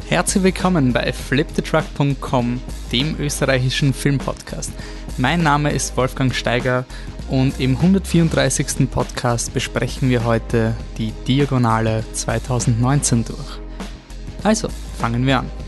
Herzlich willkommen bei flipthetruck.com, dem österreichischen Filmpodcast. Mein Name ist Wolfgang Steiger und im 134. Podcast besprechen wir heute die Diagonale 2019 durch. Also, fangen wir an.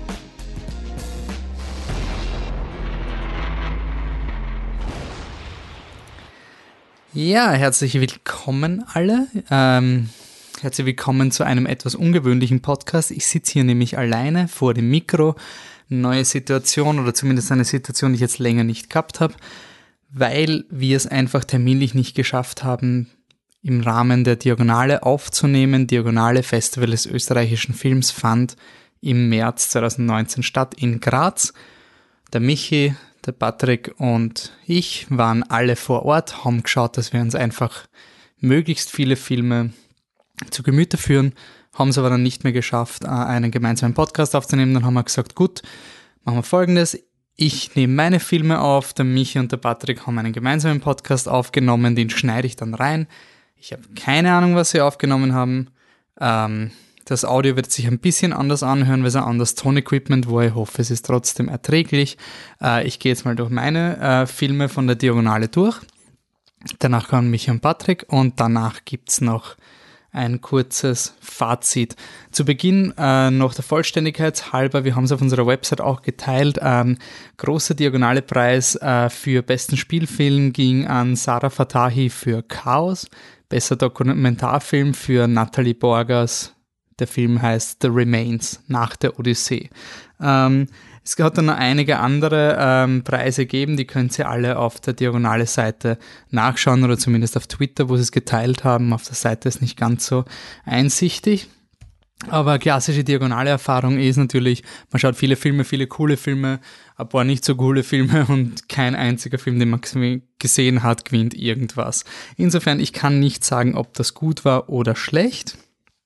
Ja, herzlich willkommen alle. Herzlich willkommen zu einem etwas ungewöhnlichen Podcast. Ich sitze hier nämlich alleine vor dem Mikro. Neue Situation oder zumindest eine Situation, die ich jetzt länger nicht gehabt habe, weil wir es einfach terminlich nicht geschafft haben, im Rahmen der Diagonale aufzunehmen. Diagonale Festival des österreichischen Films fand im März 2019 statt in Graz. Der Michi, der Patrick und ich waren alle vor Ort, haben geschaut, dass wir uns einfach möglichst viele Filme zu Gemüte führen, haben es aber dann nicht mehr geschafft, einen gemeinsamen Podcast aufzunehmen. Dann haben wir gesagt, gut, machen wir Folgendes. Ich nehme meine Filme auf, der Michi und der Patrick haben einen gemeinsamen Podcast aufgenommen, den schneide ich dann rein. Ich habe keine Ahnung, was sie aufgenommen haben. Das Audio wird sich ein bisschen anders anhören, weil es ein anderes Tonequipment war. Ich hoffe, es ist trotzdem erträglich. Ich gehe jetzt mal durch meine Filme von der Diagonale durch. Danach kommen Michi und Patrick und danach gibt's noch ein kurzes Fazit. Zu Beginn noch der Vollständigkeit halber, wir haben es auf unserer Website auch geteilt, großer Diagonale Preis für besten Spielfilm ging an Sara Fatahi für Chaos, bester Dokumentarfilm für Nathalie Borgers. Der Film heißt The Remains, nach der Odyssee. Es hat dann noch einige andere Preise gegeben, die könnt ihr alle auf der Diagonale-Seite nachschauen oder zumindest auf Twitter, wo sie es geteilt haben. Auf der Seite ist nicht ganz so einsichtig. Aber klassische Diagonale-Erfahrung ist natürlich, man schaut viele Filme, viele coole Filme, ein paar nicht so coole Filme und kein einziger Film, den man gesehen hat, gewinnt irgendwas. Insofern, ich kann nicht sagen, ob das gut war oder schlecht.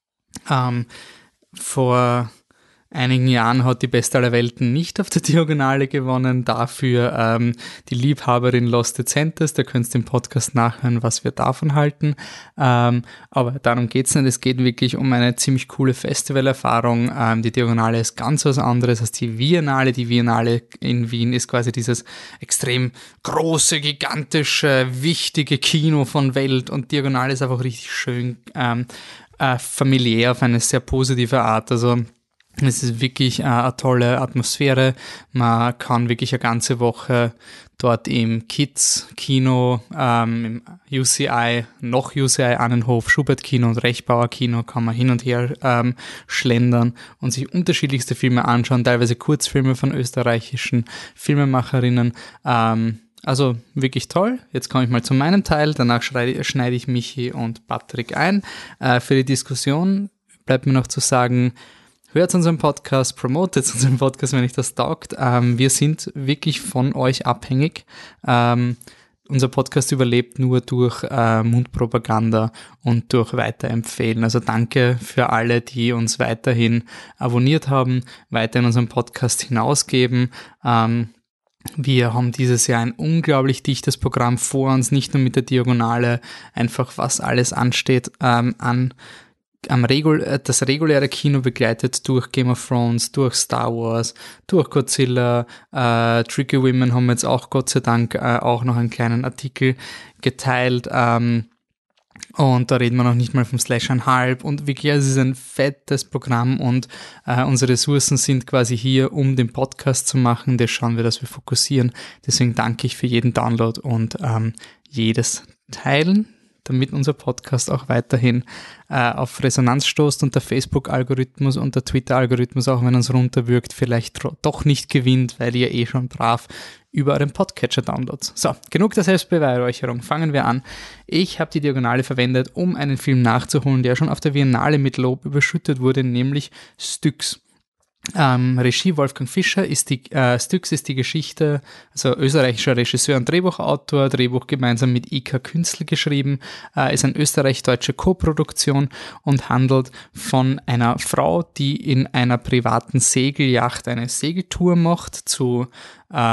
Vor einigen Jahren hat die Beste aller Welten nicht auf der Diagonale gewonnen, dafür die Liebhaberin Los Decentes, da könnt ihr im Podcast nachhören, was wir davon halten, aber darum geht's nicht, es geht wirklich um eine ziemlich coole Festivalerfahrung. Die Diagonale ist ganz was anderes als die Viennale. Die Viennale in Wien ist quasi dieses extrem große, gigantische, wichtige Kino von Welt und Diagonale ist einfach richtig schön familiär auf eine sehr positive Art, also es ist wirklich eine tolle Atmosphäre, man kann wirklich eine ganze Woche dort im Kids-Kino, im UCI Annenhof, Schubert-Kino und Rechbauer-Kino kann man hin und her schlendern und sich unterschiedlichste Filme anschauen, teilweise Kurzfilme von österreichischen Filmemacherinnen, also wirklich toll. Jetzt komme ich mal zu meinem Teil, danach schneide ich Michi und Patrick ein. Für die Diskussion bleibt mir noch zu sagen, hört unseren Podcast, promotet unseren Podcast, wenn euch das taugt. Wir sind wirklich von euch abhängig. Unser Podcast überlebt nur durch Mundpropaganda und durch Weiterempfehlen. Also danke für alle, die uns weiterhin abonniert haben, weiterhin unseren Podcast hinausgeben. Wir haben dieses Jahr ein unglaublich dichtes Programm vor uns, nicht nur mit der Diagonale, einfach was alles ansteht, das reguläre Kino begleitet durch Game of Thrones, durch Star Wars, durch Godzilla, Tricky Women haben wir jetzt auch Gott sei Dank auch noch einen kleinen Artikel geteilt, und da reden wir noch nicht mal vom Slash-1,5 und wirklich, es ist ein fettes Programm und unsere Ressourcen sind quasi hier, um den Podcast zu machen. Das schauen wir, dass wir fokussieren. Deswegen danke ich für jeden Download und jedes Teilen, damit unser Podcast auch weiterhin auf Resonanz stoßt und der Facebook-Algorithmus und der Twitter-Algorithmus, auch wenn uns runterwirkt, vielleicht doch nicht gewinnt, weil ihr schon brav über euren Podcatcher downloads. So, genug der Selbstbeweihräucherung, fangen wir an. Ich habe die Diagonale verwendet, um einen Film nachzuholen, der schon auf der Viennale mit Lob überschüttet wurde, nämlich Styx. Regie Wolfgang Fischer, Styx ist die Geschichte, also österreichischer Regisseur und Drehbuchautor, Drehbuch gemeinsam mit Ika Künstler geschrieben, ist eine österreich-deutsche Koproduktion und handelt von einer Frau, die in einer privaten Segelyacht eine Segeltour macht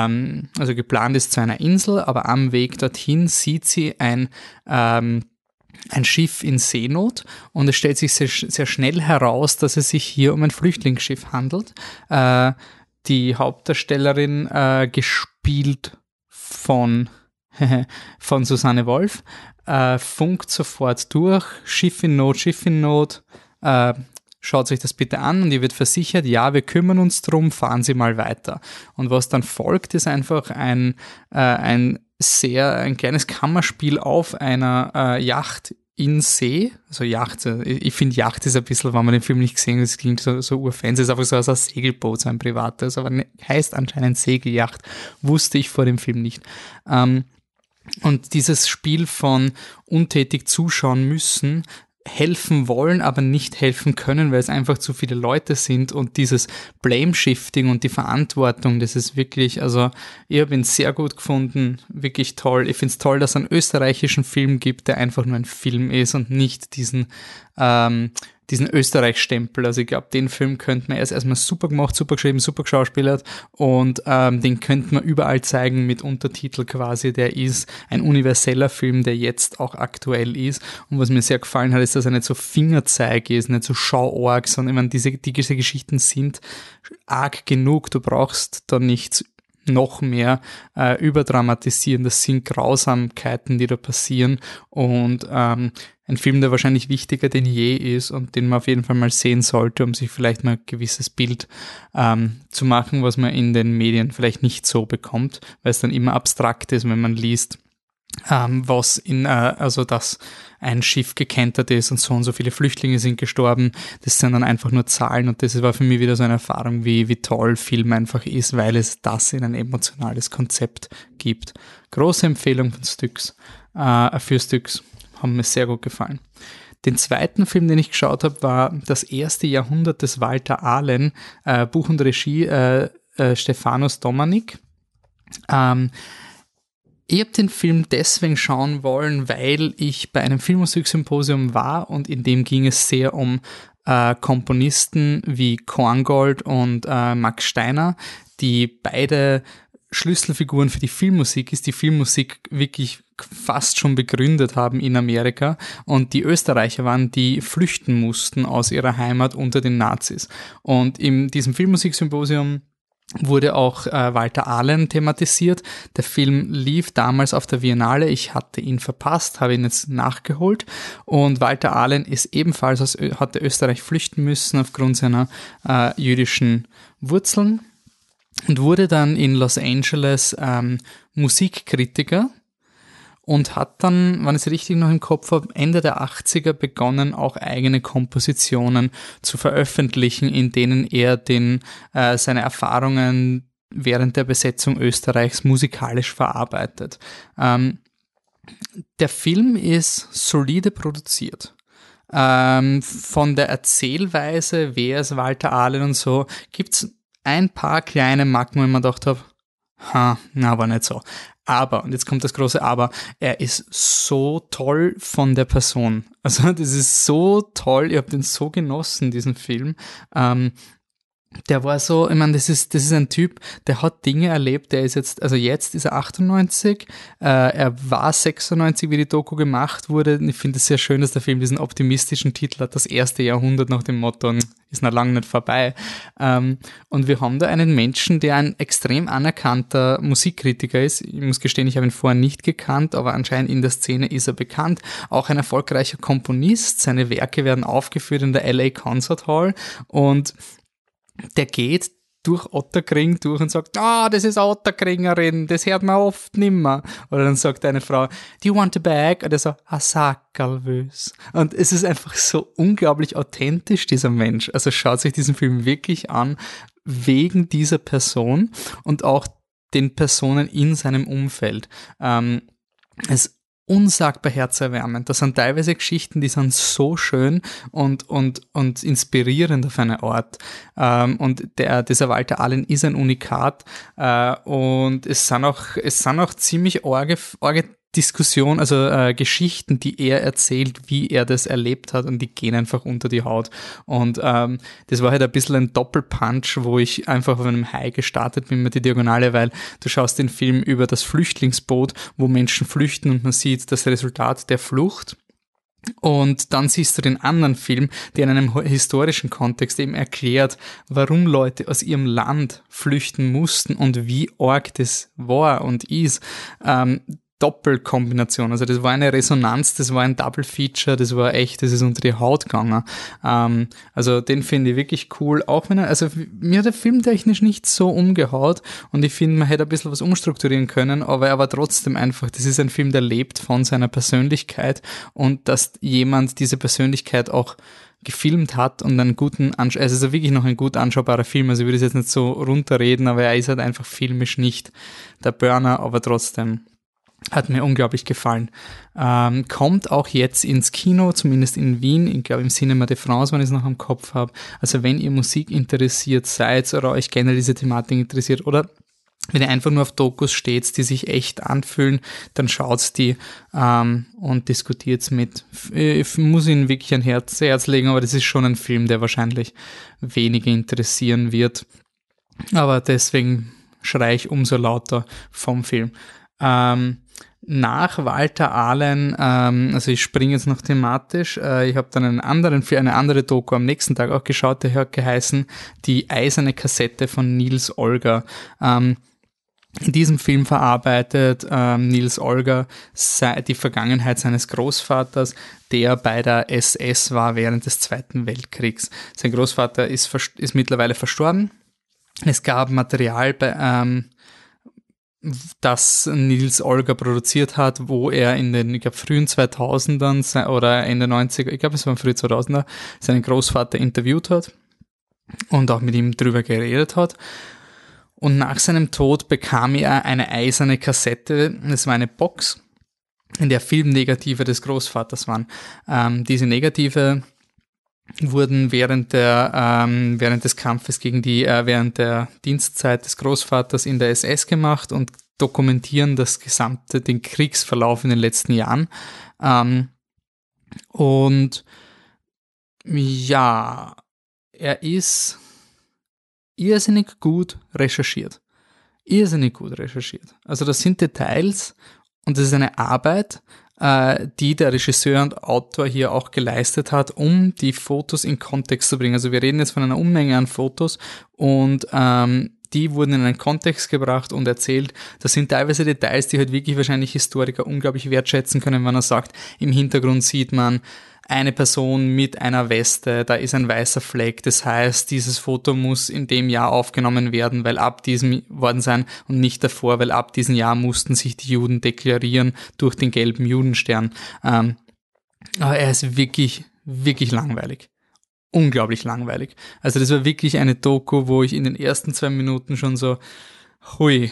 also geplant ist zu einer Insel, aber am Weg dorthin sieht sie ein ein Schiff in Seenot und es stellt sich sehr, sehr schnell heraus, dass es sich hier um ein Flüchtlingsschiff handelt. Die Hauptdarstellerin, gespielt von Susanne Wolf, funkt sofort durch, Schiff in Not, schaut euch das bitte an und ihr wird versichert, ja, wir kümmern uns drum, fahren Sie mal weiter. Und was dann folgt, ist einfach ein kleines Kammerspiel auf einer Yacht in See, also Yacht, ich finde Yacht ist ein bisschen, wenn man den Film nicht gesehen hat, das klingt so urfancy, ist einfach so als ein Segelboot, so ein privates, aber heißt anscheinend Segelyacht, wusste ich vor dem Film nicht. Und dieses Spiel von untätig zuschauen müssen, helfen wollen, aber nicht helfen können, weil es einfach zu viele Leute sind und dieses Blame-Shifting und die Verantwortung, das ist wirklich, also ich habe ihn sehr gut gefunden, wirklich toll. Ich finde es toll, dass es einen österreichischen Film gibt, der einfach nur ein Film ist und nicht diesen Österreich-Stempel. Also ich glaube, den Film könnte man erstmal super gemacht, super geschrieben, super geschauspielert und den könnte man überall zeigen mit Untertitel quasi. Der ist ein universeller Film, der jetzt auch aktuell ist. Und was mir sehr gefallen hat, ist, dass er nicht so Fingerzeig ist, nicht so schauarg, sondern ich meine, diese Geschichten sind arg genug. Du brauchst da nichts noch mehr überdramatisieren. Das sind Grausamkeiten, die da passieren und ein Film, der wahrscheinlich wichtiger denn je ist und den man auf jeden Fall mal sehen sollte, um sich vielleicht mal ein gewisses Bild zu machen, was man in den Medien vielleicht nicht so bekommt, weil es dann immer abstrakt ist, wenn man liest, also dass ein Schiff gekentert ist und so viele Flüchtlinge sind gestorben. Das sind dann einfach nur Zahlen und das war für mich wieder so eine Erfahrung, wie toll Film einfach ist, weil es das in ein emotionales Konzept gibt. Große Empfehlung für Styx, haben mir sehr gut gefallen. Den zweiten Film, den ich geschaut habe, war Das erste Jahrhundert des Walter Ahlen, Buch und Regie Stephanos Domanik. Ich habe den Film deswegen schauen wollen, weil ich bei einem Filmmusiksymposium war und in dem ging es sehr um Komponisten wie Korngold und Max Steiner, die beide Schlüsselfiguren für die Filmmusik ist, die Filmmusik wirklich fast schon begründet haben in Amerika und die Österreicher waren, die flüchten mussten aus ihrer Heimat unter den Nazis. Und in diesem Filmmusiksymposium wurde auch Walter Ahlen thematisiert. Der Film lief damals auf der Biennale. Ich hatte ihn verpasst, habe ihn jetzt nachgeholt. Und Walter Ahlen ist ebenfalls hatte Österreich flüchten müssen aufgrund seiner jüdischen Wurzeln und wurde dann in Los Angeles Musikkritiker und hat dann, wenn ich es richtig noch im Kopf habe, Ende der 80er begonnen, auch eigene Kompositionen zu veröffentlichen, in denen er seine Erfahrungen während der Besetzung Österreichs musikalisch verarbeitet. Der Film ist solide produziert. Von der Erzählweise, wer ist Walter Ahlen und so, gibt's ein paar kleine Macken, wo ich mir gedacht habe, war nicht so. Aber, und jetzt kommt das große Aber, er ist so toll von der Person. Also das ist so toll, ich habe den so genossen, diesen Film. Der war so, ich meine, das ist ein Typ, der hat Dinge erlebt, der ist jetzt ist er 98, er war 96, wie die Doku gemacht wurde. Ich finde es sehr schön, dass der Film diesen optimistischen Titel hat, das erste Jahrhundert nach dem Motto, ist noch lange nicht vorbei. Und wir haben da einen Menschen, der ein extrem anerkannter Musikkritiker ist. Ich muss gestehen, ich habe ihn vorher nicht gekannt, aber anscheinend in der Szene ist er bekannt. Auch ein erfolgreicher Komponist, seine Werke werden aufgeführt in der LA Concert Hall und der geht durch Otterkring durch und sagt, das ist eine Otterkringerin, das hört man oft nimmer. Oder dann sagt eine Frau, do you want a bag? Und er so, a Sackerlwös. Und es ist einfach so unglaublich authentisch, dieser Mensch. Also schaut sich diesen Film wirklich an, wegen dieser Person und auch den Personen in seinem Umfeld. Es unsagbar herzerwärmend. Das sind teilweise Geschichten, die sind so schön und inspirierend auf eine Art. Und dieser Walter Ahlen ist ein Unikat. Und es sind auch ziemlich arge Diskussion, Geschichten, die er erzählt, wie er das erlebt hat und die gehen einfach unter die Haut. Und das war halt ein bisschen ein Doppelpunch, wo ich einfach auf einem High gestartet bin mit der Diagonale, weil du schaust den Film über das Flüchtlingsboot, wo Menschen flüchten und man sieht das Resultat der Flucht. Und dann siehst du den anderen Film, der in einem historischen Kontext eben erklärt, warum Leute aus ihrem Land flüchten mussten und wie arg das war und ist. Doppelkombination, also das war eine Resonanz, das war ein Double Feature, das war echt, das ist unter die Haut gegangen. Also den finde ich wirklich cool, auch wenn also mir hat der Film technisch nicht so umgehaut und ich finde, man hätte ein bisschen was umstrukturieren können, aber er war trotzdem einfach, das ist ein Film, der lebt von seiner Persönlichkeit und dass jemand diese Persönlichkeit auch gefilmt hat und einen guten also es ist wirklich noch ein gut anschaubarer Film, also ich würde es jetzt nicht so runterreden, aber er ist halt einfach filmisch nicht der Burner, aber trotzdem hat mir unglaublich gefallen. Kommt auch jetzt ins Kino, zumindest in Wien, ich glaube im Cinema de France, wenn ich es noch am Kopf habe. Also wenn ihr Musik interessiert seid oder euch generell diese Thematik interessiert oder wenn ihr einfach nur auf Dokus steht, die sich echt anfühlen, dann schaut's die und diskutiert's mit. Ich muss Ihnen wirklich ein Herz legen, aber das ist schon ein Film, der wahrscheinlich wenige interessieren wird. Aber deswegen schreie ich umso lauter vom Film. Nach Walter Allen, also ich springe jetzt noch thematisch, ich habe dann eine andere Doku am nächsten Tag auch geschaut, der hat geheißen Die eiserne Kassette von Niels Olger. In diesem Film verarbeitet Niels Olger die Vergangenheit seines Großvaters, der bei der SS war während des Zweiten Weltkriegs. Sein Großvater ist mittlerweile verstorben. Es gab Material das Niels Olger produziert hat, wo er in den, ich glaube, frühen 2000ern oder Ende 90er, ich glaube, es waren frühe 2000er, seinen Großvater interviewt hat und auch mit ihm drüber geredet hat. Und nach seinem Tod bekam er eine eiserne Kassette, das war eine Box, in der Filmnegative des Großvaters waren. Diese Negative wurden während des Kampfes während der Dienstzeit des Großvaters in der SS gemacht und dokumentieren den Kriegsverlauf in den letzten Jahren. Und ja, er ist irrsinnig gut recherchiert. Also das sind Details und das ist eine Arbeit, die der Regisseur und Autor hier auch geleistet hat, um die Fotos in Kontext zu bringen. Also wir reden jetzt von einer Unmenge an Fotos und die wurden in einen Kontext gebracht und erzählt. Das sind teilweise Details, die halt wirklich wahrscheinlich Historiker unglaublich wertschätzen können, wenn er sagt, im Hintergrund sieht man eine Person mit einer Weste, da ist ein weißer Fleck, das heißt, dieses Foto muss in dem Jahr aufgenommen werden, weil ab diesem worden sein und nicht davor, weil ab diesem Jahr mussten sich die Juden deklarieren durch den gelben Judenstern. Aber er ist wirklich, wirklich langweilig. Unglaublich langweilig. Also das war wirklich eine Doku, wo ich in den ersten 2 Minuten schon so hui.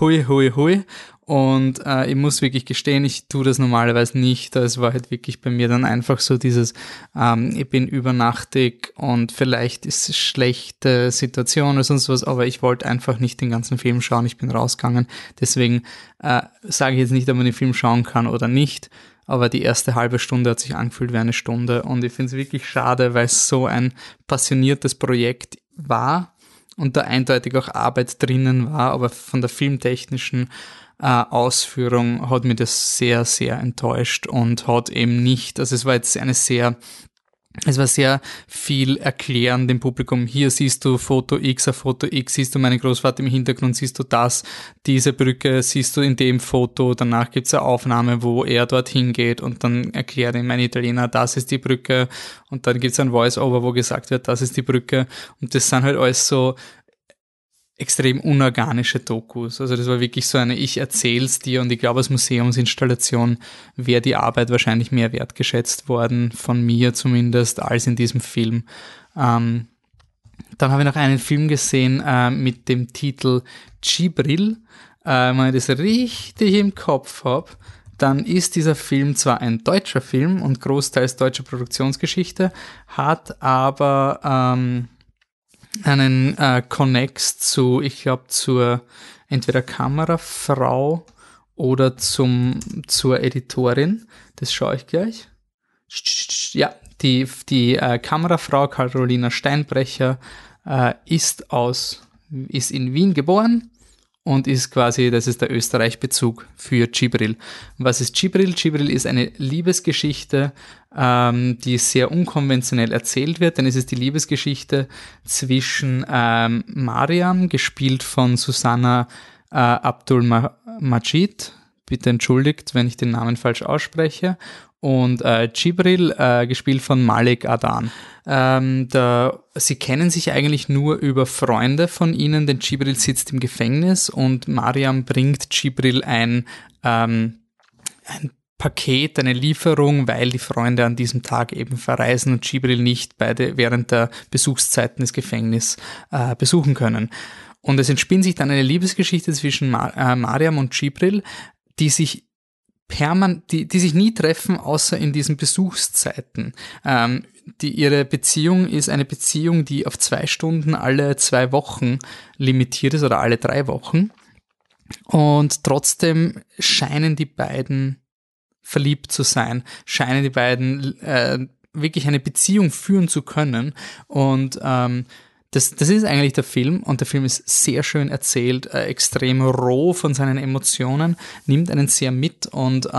Und ich muss wirklich gestehen, ich tue das normalerweise nicht. Es war halt wirklich bei mir dann einfach so dieses, ich bin übernachtig und vielleicht ist es schlechte Situation oder sonst was, aber ich wollte einfach nicht den ganzen Film schauen. Ich bin rausgegangen. Deswegen sage ich jetzt nicht, ob man den Film schauen kann oder nicht. Aber die erste halbe Stunde hat sich angefühlt wie eine Stunde. Und ich finde es wirklich schade, weil es so ein passioniertes Projekt war und da eindeutig auch Arbeit drinnen war, aber von der filmtechnischen Ausführung hat mich das sehr, sehr enttäuscht und hat eben nicht, also es war sehr viel erklären dem Publikum. Hier siehst du Foto X, siehst du meinen Großvater im Hintergrund, siehst du das, diese Brücke siehst du in dem Foto, danach gibt's eine Aufnahme, wo er dorthin geht und dann erklärt ihm ein Italiener, das ist die Brücke und dann gibt's ein Voice-Over, wo gesagt wird, das ist die Brücke und das sind halt alles so extrem unorganische Dokus. Also das war wirklich so eine ich erzähl's dir und ich glaube als Museumsinstallation wäre die Arbeit wahrscheinlich mehr wertgeschätzt worden, von mir zumindest, als in diesem Film. Dann habe ich noch einen Film gesehen mit dem Titel Djibril. Wenn ich das richtig im Kopf habe, dann ist dieser Film zwar ein deutscher Film und großteils deutsche Produktionsgeschichte, hat aber einen Connex zur entweder Kamerafrau oder zur Editorin. Das schaue ich gleich. Ja, die Kamerafrau Carolina Steinbrecher ist in Wien geboren und ist quasi, das ist der Österreich-Bezug für Djibril. Was ist Djibril? Djibril ist eine Liebesgeschichte, die sehr unkonventionell erzählt wird, denn es ist die Liebesgeschichte zwischen Mariam, gespielt von Susanna Abdul-Majid, bitte entschuldigt, wenn ich den Namen falsch ausspreche, und Djibril, gespielt von Malik Adan. Sie kennen sich eigentlich nur über Freunde von ihnen, denn Djibril sitzt im Gefängnis und Mariam bringt Djibril ein Paket, eine Lieferung, weil die Freunde an diesem Tag eben verreisen und Djibril nicht während der Besuchszeiten des Gefängnisses besuchen können. Und es entspinnt sich dann eine Liebesgeschichte zwischen Mariam und Djibril, die sich die sich nie treffen, außer in diesen Besuchszeiten. Ihre Beziehung ist eine Beziehung, die auf 2 Stunden alle 2 Wochen limitiert ist oder alle 3 Wochen. Und trotzdem scheinen die beiden verliebt zu sein, scheinen die beiden wirklich eine Beziehung führen zu können. Und das ist eigentlich der Film, und der Film ist sehr schön erzählt, extrem roh von seinen Emotionen, nimmt einen sehr mit und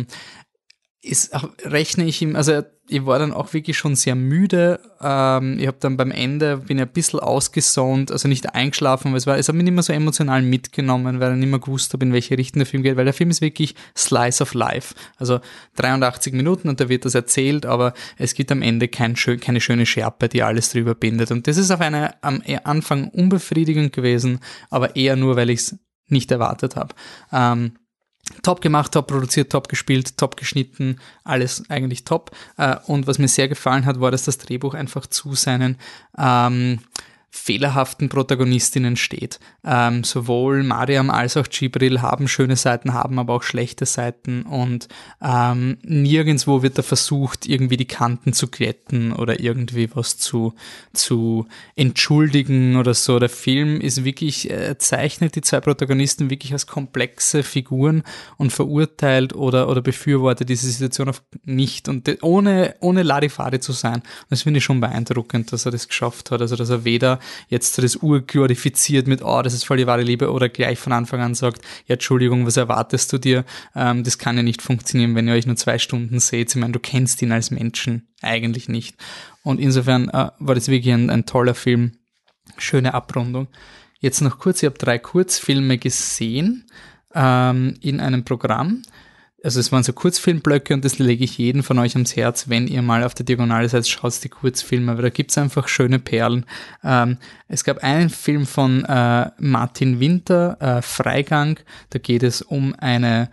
rechne ich ihm, also ich war dann auch wirklich schon sehr müde. Ich habe dann beim Ende, bin ein bisschen ausgesaunt, also nicht eingeschlafen, weil es hat mich nicht mehr so emotional mitgenommen, weil ich nicht mehr gewusst habe, in welche Richtung der Film geht, weil der Film ist wirklich Slice of Life. Also 83 Minuten und da wird das erzählt, aber es gibt am Ende keine schöne Schärpe, die alles drüber bindet. Und das ist auf am Anfang unbefriedigend gewesen, aber eher nur, weil ich es nicht erwartet habe. Top gemacht, top produziert, top gespielt, top geschnitten, alles eigentlich top. Und was mir sehr gefallen hat, war, dass das Drehbuch einfach zu seinen fehlerhaften Protagonistinnen steht. Sowohl Mariam als auch Djibril haben schöne Seiten, haben aber auch schlechte Seiten und nirgendwo wird da versucht, irgendwie die Kanten zu glätten oder irgendwie was zu entschuldigen oder so. Der Film ist wirklich, zeichnet die 2 Protagonisten wirklich als komplexe Figuren und verurteilt oder befürwortet diese Situation auf nicht und ohne Larifari zu sein. Das finde ich schon beeindruckend, dass er das geschafft hat. Also, dass er weder jetzt so das urglorifiziert mit, das ist voll die wahre Liebe, oder gleich von Anfang an sagt, ja, Entschuldigung, was erwartest du dir? Das kann ja nicht funktionieren, wenn ihr euch nur 2 Stunden seht. Ich meine, du kennst ihn als Menschen eigentlich nicht. Und insofern war das wirklich ein toller Film. Schöne Abrundung. Jetzt noch kurz, ich habe 3 Kurzfilme gesehen in einem Programm. Also es waren so Kurzfilmblöcke und das lege ich jedem von euch ans Herz, wenn ihr mal auf der Diagonale seid, schaut die Kurzfilme, aber da gibt's einfach schöne Perlen. Es gab einen Film von Martin Winter, Freigang, da geht es um eine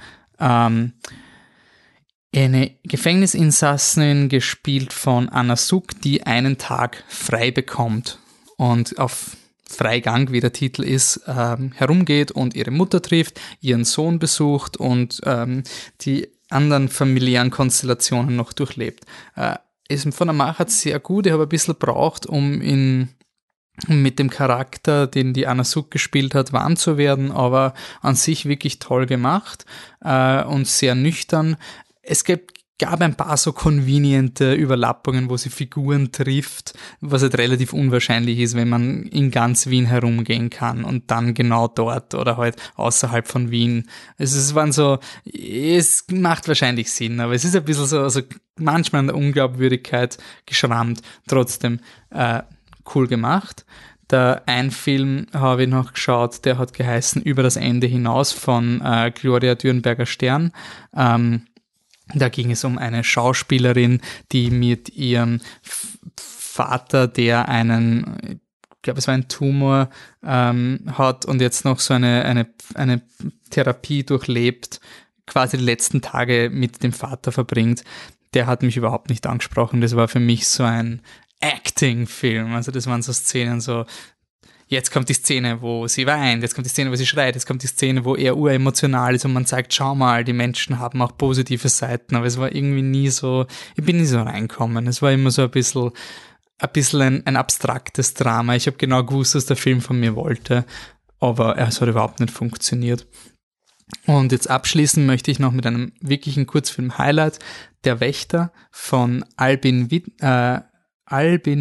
Gefängnisinsassin, gespielt von Anna Suk, die einen Tag frei bekommt und auf Freigang, wie der Titel ist, herumgeht und ihre Mutter trifft, ihren Sohn besucht und die anderen familiären Konstellationen noch durchlebt. Ist von der Machart sehr gut. Ich habe ein bisschen gebraucht, um mit dem Charakter, den die Anna Suk gespielt hat, warm zu werden, aber an sich wirklich toll gemacht und sehr nüchtern. Es gab ein paar so conveniente Überlappungen, wo sie Figuren trifft, was halt relativ unwahrscheinlich ist, wenn man in ganz Wien herumgehen kann und dann genau dort oder halt außerhalb von Wien. Es macht wahrscheinlich Sinn, aber es ist ein bisschen so, also manchmal an der Unglaubwürdigkeit geschrammt, trotzdem cool gemacht. Ein Film habe ich noch geschaut, der hat geheißen Über das Ende hinaus von Gloria Dürrenberger-Stern. Da ging es um eine Schauspielerin, die mit ihrem Vater, der ich glaube es war ein Tumor, hat und jetzt noch so eine Therapie durchlebt, quasi die letzten Tage mit dem Vater verbringt. Der hat mich überhaupt nicht angesprochen. Das war für mich so ein Acting-Film. Also das waren so Szenen so, jetzt kommt die Szene, wo sie weint, jetzt kommt die Szene, wo sie schreit, jetzt kommt die Szene, wo er uremotional ist und man sagt, schau mal, die Menschen haben auch positive Seiten, aber es war irgendwie nie so, ich bin nie so reinkommen. Es war immer so ein bisschen ein abstraktes Drama. Ich habe genau gewusst, was der Film von mir wollte, aber es hat überhaupt nicht funktioniert. Und jetzt abschließen möchte ich noch mit einem wirklichen Kurzfilm-Highlight, Der Wächter von Albin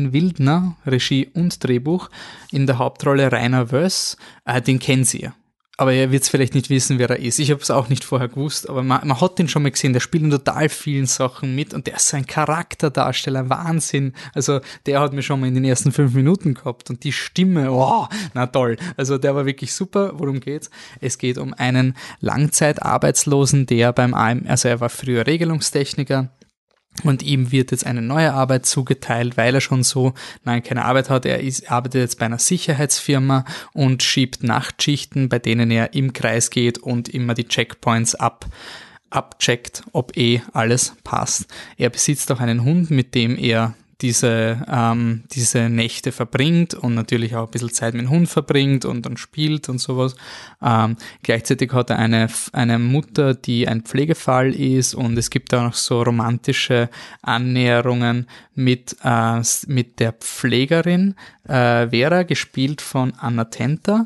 Wildner, Regie und Drehbuch, in der Hauptrolle Rainer Wöss, den kennt ihr. aber ihr wird vielleicht nicht wissen, wer er ist. Ich habe es auch nicht vorher gewusst, aber man hat den schon mal gesehen, der spielt in total vielen Sachen mit und der ist so ein Charakterdarsteller, Wahnsinn. Also der hat mir schon mal in den ersten 5 Minuten gehabt und die Stimme, wow, na toll. Also der war wirklich super. Worum geht's? Es geht um einen Langzeitarbeitslosen, der also er war früher Regelungstechniker, und ihm wird jetzt eine neue Arbeit zugeteilt, weil er schon keine Arbeit hat. Er arbeitet jetzt bei einer Sicherheitsfirma und schiebt Nachtschichten, bei denen er im Kreis geht und immer die Checkpoints abcheckt, ob alles passt. Er besitzt auch einen Hund, mit dem er diese Nächte verbringt und natürlich auch ein bisschen Zeit mit dem Hund verbringt und dann spielt und sowas. Gleichzeitig hat er eine Mutter, die ein Pflegefall ist, und es gibt auch noch so romantische Annäherungen mit der Pflegerin Vera, gespielt von Anna Tenta.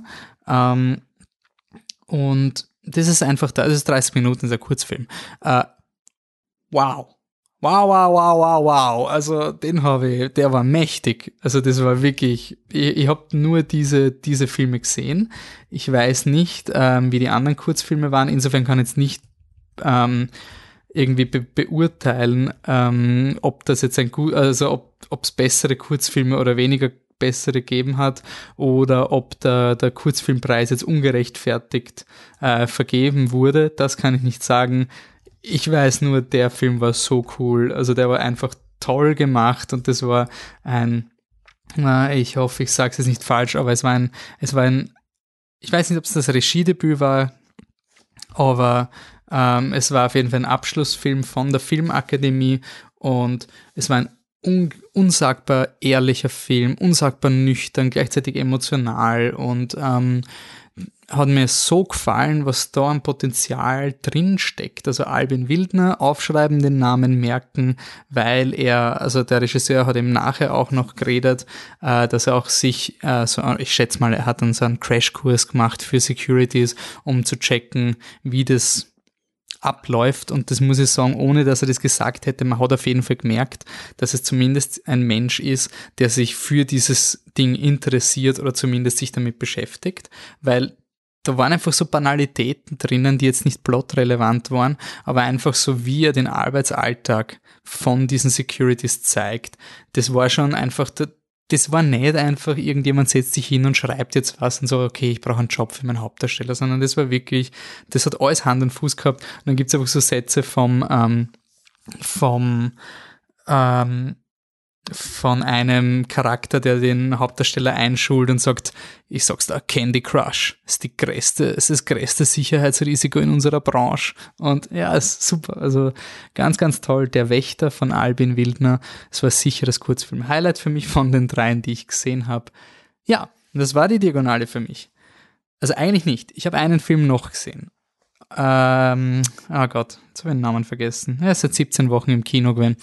Und das ist einfach das ist 30 Minuten, dieser Kurzfilm. Wow. Wow. Also der war mächtig. Also das war wirklich, ich habe nur diese Filme gesehen. Ich weiß nicht, wie die anderen Kurzfilme waren. Insofern kann ich jetzt nicht irgendwie beurteilen, ob das jetzt ob es bessere Kurzfilme oder weniger bessere gegeben hat oder ob der Kurzfilmpreis jetzt ungerechtfertigt vergeben wurde. Das kann ich nicht sagen. Ich weiß nur, der Film war so cool. Also der war einfach toll gemacht und das war ich hoffe, ich sage es jetzt nicht falsch, aber es war ein, ich weiß nicht, ob es das Regiedebüt war, aber es war auf jeden Fall ein Abschlussfilm von der Filmakademie und es war ein unsagbar ehrlicher Film, unsagbar nüchtern, gleichzeitig emotional und hat mir so gefallen, was da an Potenzial drin steckt. Also Albin Wildner, aufschreiben, den Namen merken, weil der Regisseur hat ihm nachher auch noch geredet, dass er auch sich, ich schätze mal, er hat dann so einen Crashkurs gemacht für Securities, um zu checken, wie das abläuft, und das muss ich sagen, ohne dass er das gesagt hätte, man hat auf jeden Fall gemerkt, dass es zumindest ein Mensch ist, der sich für dieses Ding interessiert oder zumindest sich damit beschäftigt, weil da waren einfach so Banalitäten drinnen, die jetzt nicht plotrelevant waren, aber einfach so, wie er den Arbeitsalltag von diesen Securities zeigt. Das war schon einfach, das war nicht einfach, irgendjemand setzt sich hin und schreibt jetzt was und so, okay, ich brauche einen Job für meinen Hauptdarsteller, sondern das war wirklich, das hat alles Hand und Fuß gehabt. Und dann gibt's einfach so Sätze von einem Charakter, der den Hauptdarsteller einschult und sagt, ich sag's da, Candy Crush ist das größte Sicherheitsrisiko in unserer Branche. Und ja, ist super. Also ganz, ganz toll. Der Wächter von Albin Wildner. Es war sicher das Kurzfilm-Highlight für mich von den 3, die ich gesehen habe. Ja, das war die Diagonale für mich. Also eigentlich nicht. Ich habe einen Film noch gesehen. Oh Gott, jetzt habe ich den Namen vergessen. Er ist seit 17 Wochen im Kino gewesen.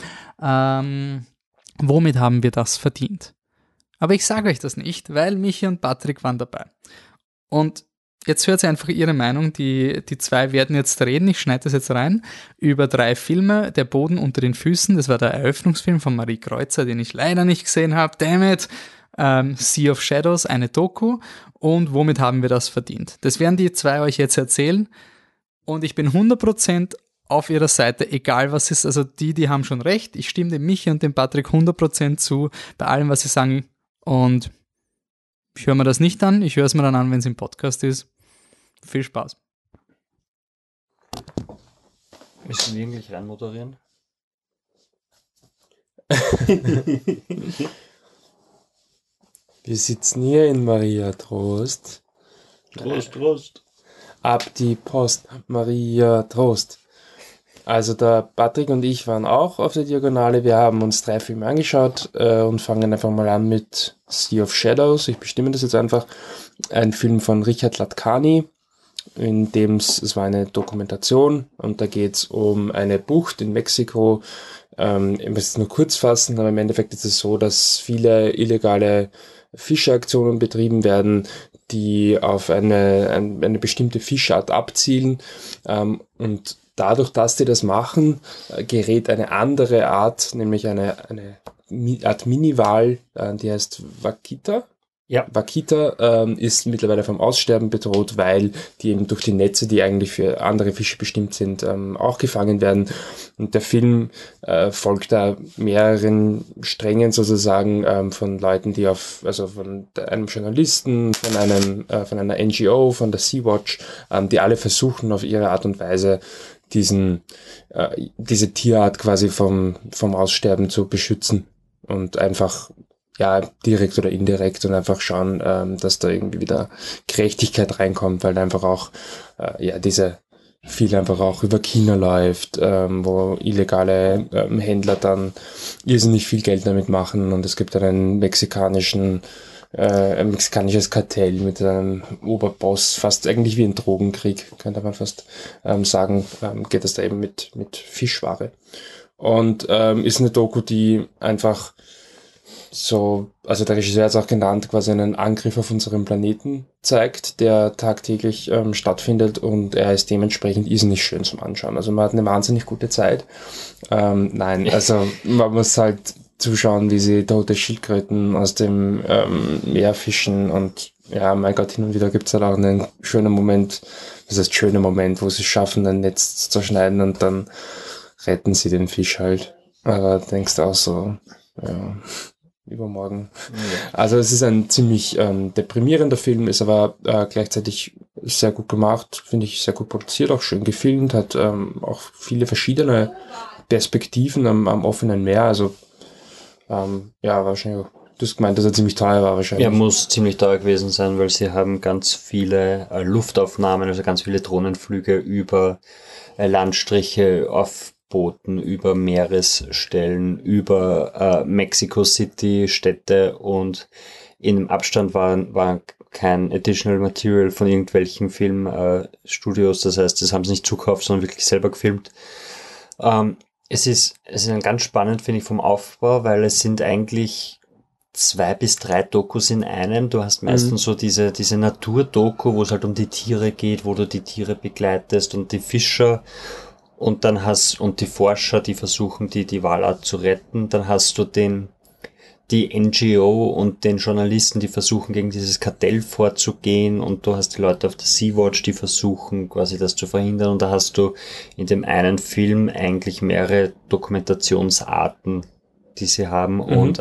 Womit haben wir das verdient? Aber ich sage euch das nicht, weil Michi und Patrick waren dabei. Und jetzt hört ihr einfach ihre Meinung. Die 2 werden jetzt reden, ich schneide das jetzt rein, über 3 Filme. Der Boden unter den Füßen, das war der Eröffnungsfilm von Marie Kreuzer, den ich leider nicht gesehen habe. Damn it! Sea of Shadows, eine Doku. Und womit haben wir das verdient? Das werden die 2 euch jetzt erzählen. Und ich bin 100% auf ihrer Seite, egal was ist, also die haben schon recht, ich stimme dem Michi und dem Patrick 100% zu, bei allem, was sie sagen, und ich höre mir das nicht an, ich höre es mir dann an, wenn es im Podcast ist. Viel Spaß. Müssen wir eigentlich rein moderieren? Wir sitzen hier in Maria Trost. Trost. Ab die Post, Maria Trost. Also der Patrick und ich waren auch auf der Diagonale. Wir haben uns 3 Filme angeschaut und fangen einfach mal an mit Sea of Shadows. Ich bestimme das jetzt einfach. Ein Film von Richard Latkani, in dem es war eine Dokumentation und da geht es um eine Bucht in Mexiko. Ich muss es nur kurz fassen, aber im Endeffekt ist es so, dass viele illegale Fischeaktionen betrieben werden, die auf eine bestimmte Fischart abzielen, und dadurch, dass die das machen, gerät eine andere Art, nämlich eine Art Miniwal, die heißt Vaquita. Ja. Vaquita ist mittlerweile vom Aussterben bedroht, weil die eben durch die Netze, die eigentlich für andere Fische bestimmt sind, auch gefangen werden. Und der Film folgt da mehreren Strängen sozusagen von Leuten, also von einem Journalisten, von einer NGO, von der Sea-Watch, die alle versuchen auf ihre Art und Weise diese Tierart quasi vom Aussterben zu beschützen und einfach direkt oder indirekt und einfach schauen, dass da irgendwie wieder Gerechtigkeit reinkommt, weil einfach auch viel einfach auch über China läuft, wo illegale Händler dann irrsinnig viel Geld damit machen und es gibt dann ein mexikanisches Kartell mit einem Oberboss, fast eigentlich wie ein Drogenkrieg, könnte man fast sagen, geht es da eben mit Fischware. Und ist eine Doku, die einfach also der Regisseur hat es auch genannt, quasi einen Angriff auf unseren Planeten zeigt, der tagtäglich stattfindet und er ist dementsprechend irrsinnig schön zum Anschauen. Also man hat eine wahnsinnig gute Zeit. Also man muss halt zuschauen, wie sie tote Schildkröten aus dem Meer fischen und ja, mein Gott, hin und wieder gibt's halt auch einen schönen Moment, das heißt schöner Moment, wo sie schaffen, ein Netz zu schneiden und dann retten sie den Fisch halt. Aber denkst du auch so, ja, übermorgen. Ja. Also es ist ein ziemlich deprimierender Film, ist aber gleichzeitig sehr gut gemacht, finde ich sehr gut produziert, auch schön gefilmt, hat auch viele verschiedene Perspektiven am offenen Meer, also wahrscheinlich, du hast gemeint, dass er ziemlich teuer war wahrscheinlich. Ja, muss ziemlich teuer gewesen sein, weil sie haben ganz viele Luftaufnahmen, also ganz viele Drohnenflüge über Landstriche aufboten, über Meeresstellen, über Mexico City Städte und im Abstand war kein Additional Material von irgendwelchen Filmstudios, das heißt, das haben sie nicht zukauft, sondern wirklich selber gefilmt. Es ist ganz spannend, finde ich, vom Aufbau, weil es sind eigentlich 2 bis 3 Dokus in einem. Du hast meistens so diese Naturdoku, wo es halt um die Tiere geht, wo du die Tiere begleitest und die Fischer und die Forscher, die versuchen, die Walart zu retten. Dann hast du die NGO und den Journalisten, die versuchen, gegen dieses Kartell vorzugehen und du hast die Leute auf der Sea-Watch, die versuchen, quasi das zu verhindern und da hast du in dem einen Film eigentlich mehrere Dokumentationsarten, die sie haben und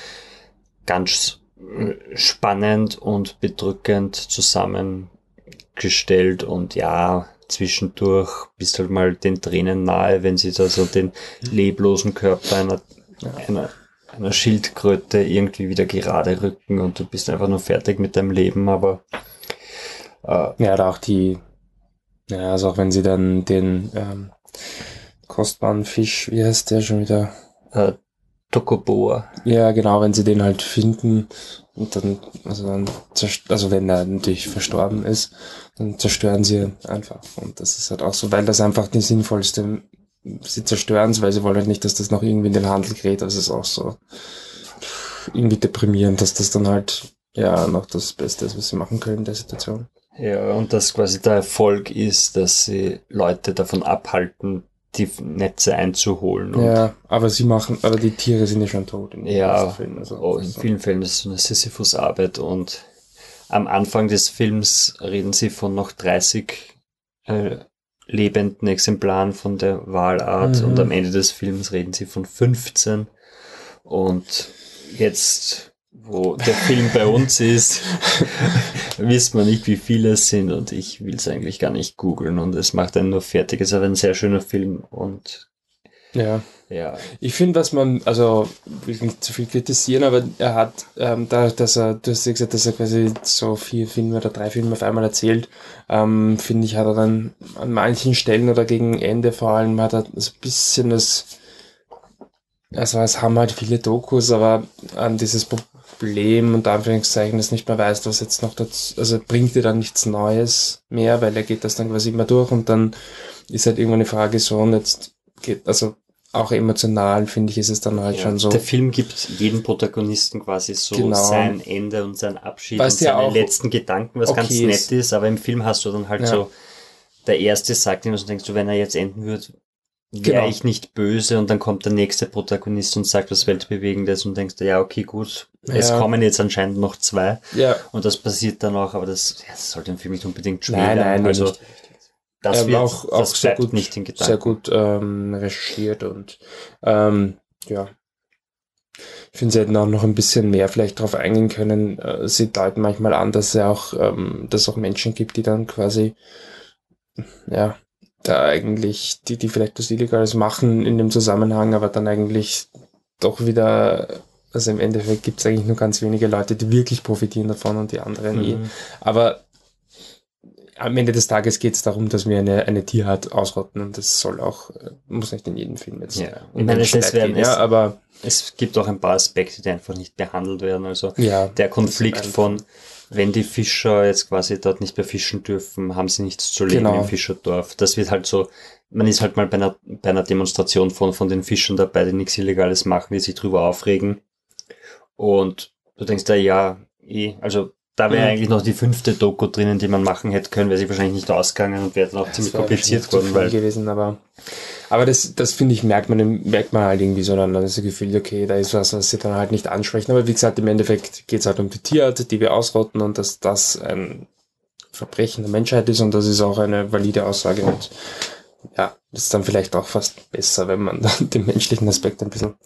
ganz spannend und bedrückend zusammengestellt und ja, zwischendurch bist halt mal den Tränen nahe, wenn sie da so den leblosen Körper einer Schildkröte irgendwie wieder gerade rücken und du bist einfach nur fertig mit deinem Leben, aber oder auch also auch wenn sie dann den kostbaren Fisch, wie heißt der schon wieder? Tokoboa. Ja, genau, wenn sie den halt finden und dann, also wenn er natürlich verstorben ist, dann zerstören sie einfach. Und das ist halt auch so, weil das einfach die sinnvollste, sie zerstören es, weil sie wollen halt nicht, dass das noch irgendwie in den Handel gerät. Das ist auch so irgendwie deprimierend, dass das dann halt noch das Beste ist, was sie machen können in der Situation. Ja, und dass quasi der Erfolg ist, dass sie Leute davon abhalten, die Netze einzuholen. Ja, aber die Tiere sind ja schon tot. In vielen Fällen ist es so eine Sisyphus-Arbeit und am Anfang des Films reden sie von noch 30 lebenden Exemplaren von der Walart und am Ende des Films reden sie von 15 und jetzt, wo der Film bei uns ist, wissen wir nicht, wie viele es sind und ich will es eigentlich gar nicht googeln und es macht einen nur fertig. Es ist aber ein sehr schöner Film und ja. Ich finde, was man, also will nicht zu viel kritisieren, aber er hat, dadurch, dass du hast ja gesagt, dass er quasi so 4 Filme oder 3 Filme auf einmal erzählt, finde ich, hat er dann an manchen Stellen oder gegen Ende vor allem hat er so ein bisschen also es haben halt viele Dokus, aber dieses Problem, unter Anführungszeichen, dass nicht mehr weißt, was jetzt noch dazu, also bringt dir dann nichts Neues mehr, weil er geht das dann quasi immer durch und dann ist halt irgendwann eine Frage so und jetzt geht, also auch emotional, finde ich, ist es dann halt schon so. Der Film gibt jedem Protagonisten quasi so sein Ende und sein Abschied weißt und seine letzten Gedanken, was ganz nett ist, aber im Film hast du dann halt so, der Erste sagt ihm, und denkst du, wenn er jetzt enden würde, wäre ich nicht böse, und dann kommt der nächste Protagonist und sagt was Weltbewegendes und denkst du, ja, okay, gut, es kommen jetzt anscheinend noch 2 und das passiert dann auch, aber das soll den Film nicht unbedingt schmälern. Nein, also nicht. das wird auch das sehr bleibt gut, nicht in Gedanken. sehr gut recherchiert und ja. Ich finde, sie hätten auch noch ein bisschen mehr vielleicht darauf eingehen können. Sie deuten manchmal an, dass es auch Menschen gibt, die dann quasi, ja, da eigentlich, die vielleicht was Illegales machen in dem Zusammenhang, aber dann eigentlich doch wieder, also im Endeffekt gibt es eigentlich nur ganz wenige Leute, die wirklich profitieren davon und die anderen Aber am Ende des Tages geht es darum, dass wir eine Tierart ausrotten, und das soll auch, muss nicht in jedem Film jetzt um Menschenleid gehen. Aber es gibt auch ein paar Aspekte, die einfach nicht behandelt werden. Also der Konflikt von, wenn die Fischer jetzt quasi dort nicht mehr fischen dürfen, haben sie nichts zu leben im Fischerdorf. Das wird halt so, man ist halt mal bei einer Demonstration von den Fischern dabei, die nichts Illegales machen, die sich drüber aufregen. Und du denkst da, also da wäre eigentlich noch die 5. Doku drinnen, die man machen hätte können, wäre sie wahrscheinlich nicht ausgegangen und wäre dann auch ziemlich kompliziert geworden. Gewesen, aber das finde ich, merkt man halt irgendwie so dann das Gefühl, okay, da ist was sie dann halt nicht ansprechen. Aber wie gesagt, im Endeffekt geht es halt um die Tierart, die wir ausrotten, und dass das ein Verbrechen der Menschheit ist, und das ist auch eine valide Aussage, und ja, das ist dann vielleicht auch fast besser, wenn man dann den menschlichen Aspekt ein bisschen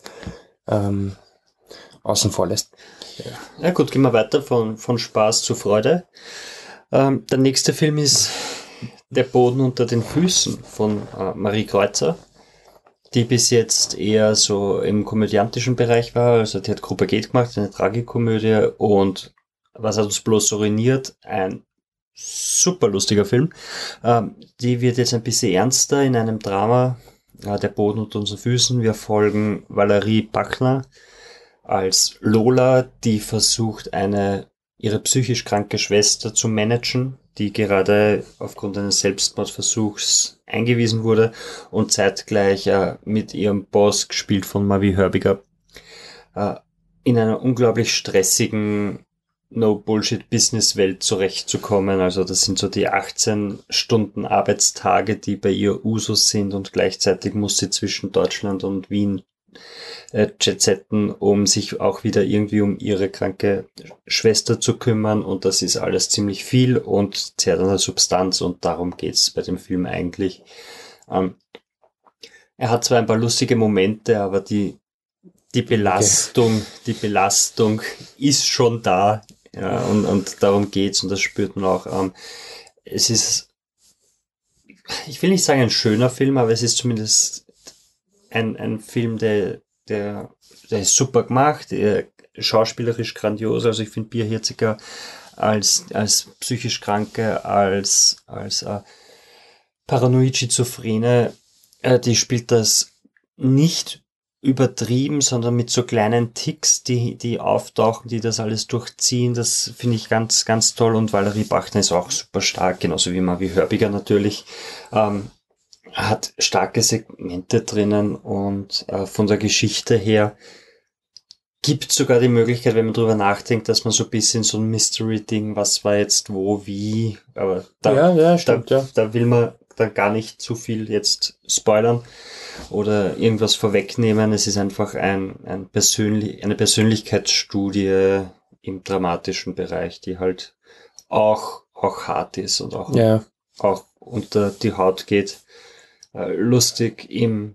außen vor lässt. Ja gut, gehen wir weiter von Spaß zu Freude. Der nächste Film ist Der Boden unter den Füßen von Marie Kreuzer, die bis jetzt eher so im komödiantischen Bereich war. Also die hat Gruppe Geht gemacht, eine Tragikomödie, und Was hat uns bloß ruiniert? Ein super lustiger Film. Die wird jetzt ein bisschen ernster in einem Drama, Der Boden unter unseren Füßen. Wir folgen Valerie Bachner als Lola, die versucht, ihre psychisch kranke Schwester zu managen, die gerade aufgrund eines Selbstmordversuchs eingewiesen wurde, und zeitgleich mit ihrem Boss, gespielt von Mavi Hörbiger, in einer unglaublich stressigen No-Bullshit-Business-Welt zurechtzukommen. Also das sind so die 18 Stunden Arbeitstage, die bei ihr Usus sind, und gleichzeitig muss sie zwischen Deutschland und Wien Jet-Setten, um sich auch wieder irgendwie um ihre kranke Schwester zu kümmern, und das ist alles ziemlich viel und zehrt an der Substanz, und darum geht's bei dem Film eigentlich. Er hat zwar ein paar lustige Momente, aber die Belastung ist schon da, und darum geht's, und das spürt man auch. Es ist, ich will nicht sagen ein schöner Film, aber es ist zumindest ein Film, der ist super gemacht, schauspielerisch grandios. Also ich finde Pia Hirziger als psychisch Kranke, als paranoid Schizophrene, die spielt das nicht übertrieben, sondern mit so kleinen Ticks, die auftauchen, die das alles durchziehen. Das finde ich ganz, ganz toll. Und Valerie Bachner ist auch super stark, genauso wie Mavi Hörbiger natürlich. Hat starke Segmente drinnen, und von der Geschichte her gibt sogar die Möglichkeit, wenn man drüber nachdenkt, dass man so ein bisschen so ein Mystery-Ding, was war jetzt wo, wie, aber da will man dann gar nicht zu viel jetzt spoilern oder irgendwas vorwegnehmen. Es ist einfach eine Persönlichkeitsstudie im dramatischen Bereich, die halt auch hart ist und auch unter die Haut geht. Lustig, im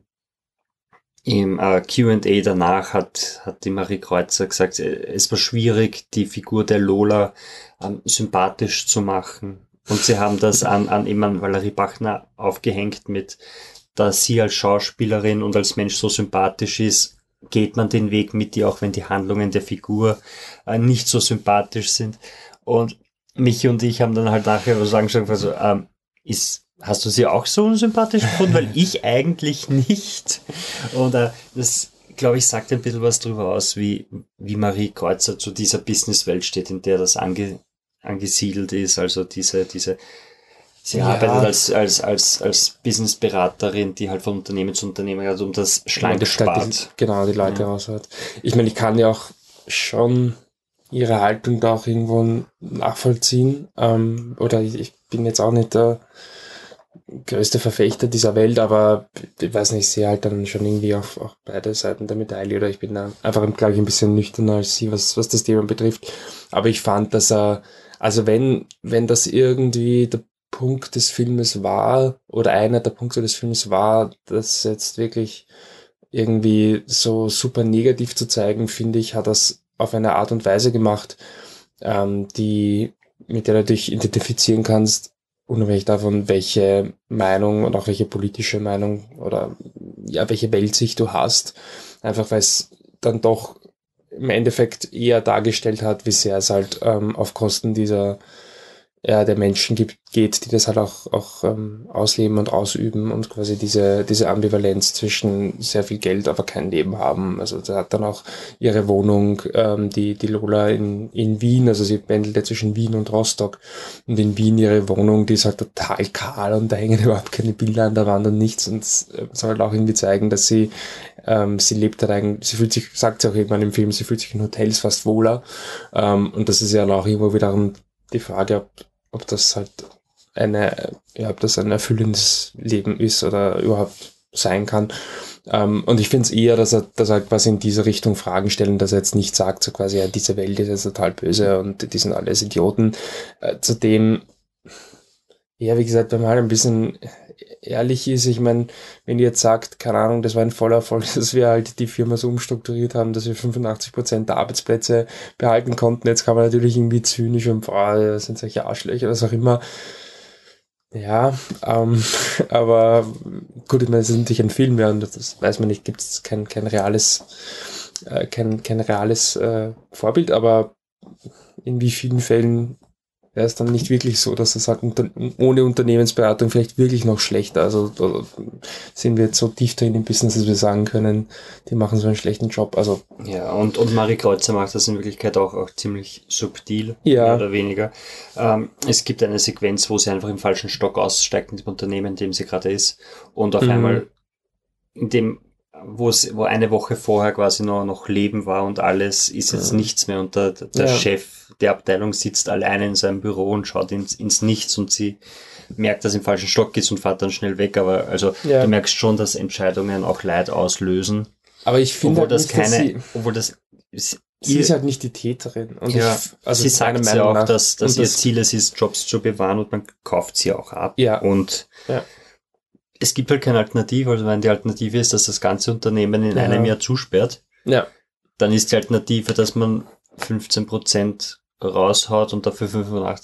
Q&A danach hat die Marie Kreuzer gesagt, es war schwierig, die Figur der Lola sympathisch zu machen. Und sie haben das an eben Valerie Bachner aufgehängt mit, da sie als Schauspielerin und als Mensch so sympathisch ist, geht man den Weg mit ihr, auch wenn die Handlungen der Figur nicht so sympathisch sind. Und Michi und ich haben dann halt nachher was angeschaut, also hast du sie auch so unsympathisch gefunden? Weil ich eigentlich nicht. Und das, glaube ich, sagt ein bisschen was darüber aus, wie Marie Kreuzer zu dieser Businesswelt steht, in der das angesiedelt ist. Also sie arbeitet als Businessberaterin, die halt von Unternehmen zu Unternehmen hat, um das schlank spart. Genau, die Leute raushört. Ich meine, ich kann ja auch schon ihre Haltung da auch irgendwo nachvollziehen. Oder ich bin jetzt auch nicht größte Verfechter dieser Welt, aber ich weiß nicht, ich sehe halt dann schon irgendwie auf beide Seiten der Medaille, oder ich bin da einfach, glaube ich, ein bisschen nüchterner als sie, was das Thema betrifft. Aber ich fand, dass also wenn das irgendwie der Punkt des Filmes war, oder einer der Punkte des Filmes war, das jetzt wirklich irgendwie so super negativ zu zeigen, finde ich, hat das auf eine Art und Weise gemacht, mit der du dich identifizieren kannst, unabhängig davon, welche Meinung und auch welche politische Meinung oder ja, welche Weltsicht du hast. Einfach weil es dann doch im Endeffekt eher dargestellt hat, wie sehr es halt auf Kosten der Menschen geht, die das halt auch ausleben und ausüben und quasi diese Ambivalenz zwischen sehr viel Geld, aber kein Leben haben. Also sie hat dann auch ihre Wohnung, die Lola in Wien, also sie pendelt ja zwischen Wien und Rostock, und in Wien ihre Wohnung, die ist halt total kahl und da hängen überhaupt keine Bilder an der Wand und nichts, und soll halt auch irgendwie zeigen, dass sie lebt halt eigentlich, sie fühlt sich, sagt sie auch irgendwann im Film, sie fühlt sich in Hotels fast wohler, und das ist ja auch irgendwo wiederum die Frage, ob das halt ob das ein erfüllendes Leben ist oder überhaupt sein kann. Und ich finde es eher, dass er halt quasi in diese Richtung Fragen stellen, dass er jetzt nicht sagt, so quasi, ja, diese Welt ist jetzt total böse und die sind alles Idioten. Zudem, ja, wie gesagt, wenn man halt ein bisschen ehrlich ist, ich meine, wenn ihr jetzt sagt, keine Ahnung, das war ein voller Erfolg, dass wir halt die Firma so umstrukturiert haben, dass wir 85% der Arbeitsplätze behalten konnten, jetzt kann man natürlich irgendwie zynisch und das sind solche Arschlöcher, was auch immer. Ja, aber gut, ich meine, es ist natürlich ein Film, ja, und das weiß man nicht, gibt es kein reales Vorbild, aber in wie vielen Fällen wäre es dann nicht wirklich so, dass es halt ohne Unternehmensberatung vielleicht wirklich noch schlechter. Also da sind wir jetzt so tief drin im Business, dass wir sagen können, die machen so einen schlechten Job. Also ja, und Marie Kreuzer macht das in Wirklichkeit auch ziemlich subtil, ja, mehr oder weniger. Es gibt eine Sequenz, wo sie einfach im falschen Stock aussteigt in dem Unternehmen, in dem sie gerade ist, und auf einmal in dem, wo eine Woche vorher quasi noch Leben war und alles, ist jetzt nichts mehr, und der Chef der Abteilung sitzt alleine in seinem Büro und schaut ins Nichts, und sie merkt, dass im falschen Stock ist und fährt dann schnell weg, aber also du merkst schon, dass Entscheidungen auch Leid auslösen. Aber ich finde halt nicht, sie ist halt nicht die Täterin. Und ja, sie sagt ja auch, dass ihr Ziel es ist, Jobs zu bewahren, und man kauft sie auch ab. Ja. Und es gibt halt keine Alternative. Also wenn die Alternative ist, dass das ganze Unternehmen in einem Jahr zusperrt, dann ist die Alternative, dass man 15% raushaut und dafür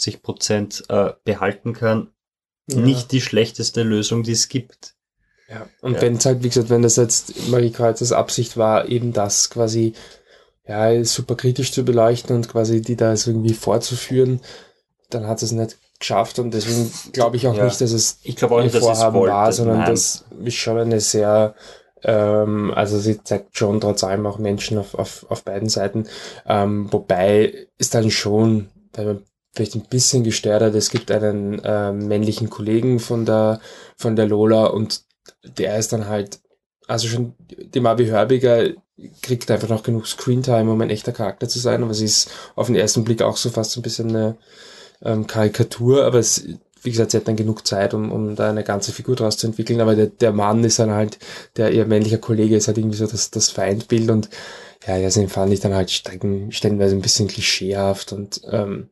85% behalten kann. Nicht die schlechteste Lösung, die es gibt. Ja, und wenn es halt, wie gesagt, wenn das jetzt Marie Kreuzers Absicht war, eben das quasi super kritisch zu beleuchten und quasi die da so irgendwie vorzuführen, dann hat es nicht geschafft, und deswegen glaube ich auch nicht, dass es ihr Vorhaben war, sondern das ist schon eine sehr also sie zeigt schon trotz allem auch Menschen auf beiden Seiten, wobei es dann schon, weil man vielleicht ein bisschen gestört hat, es gibt einen männlichen Kollegen von der Lola, und der ist dann halt, also schon, die Marvi Hörbiger kriegt einfach noch genug Screentime, um ein echter Charakter zu sein, aber sie ist auf den ersten Blick auch so fast so ein bisschen eine Karikatur, aber wie gesagt, sie hat dann genug Zeit, um da eine ganze Figur draus zu entwickeln, aber der Mann ist dann halt, ihr männlicher Kollege ist halt irgendwie so das Feindbild, und den fand ich dann halt stellenweise ein bisschen klischeehaft, und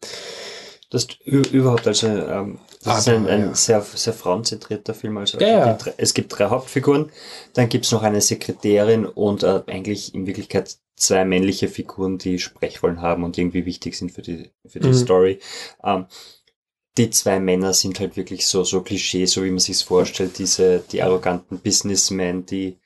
das überhaupt, also das ist ein sehr, sehr frauenzentrierter Film. Also es gibt 3 Hauptfiguren, dann gibt's noch eine Sekretärin und eigentlich in Wirklichkeit 2 männliche Figuren, die Sprechrollen haben und irgendwie wichtig sind für die Story. Die 2 Männer sind halt wirklich so Klischee, so wie man sich's vorstellt, die arroganten Businessmen, die...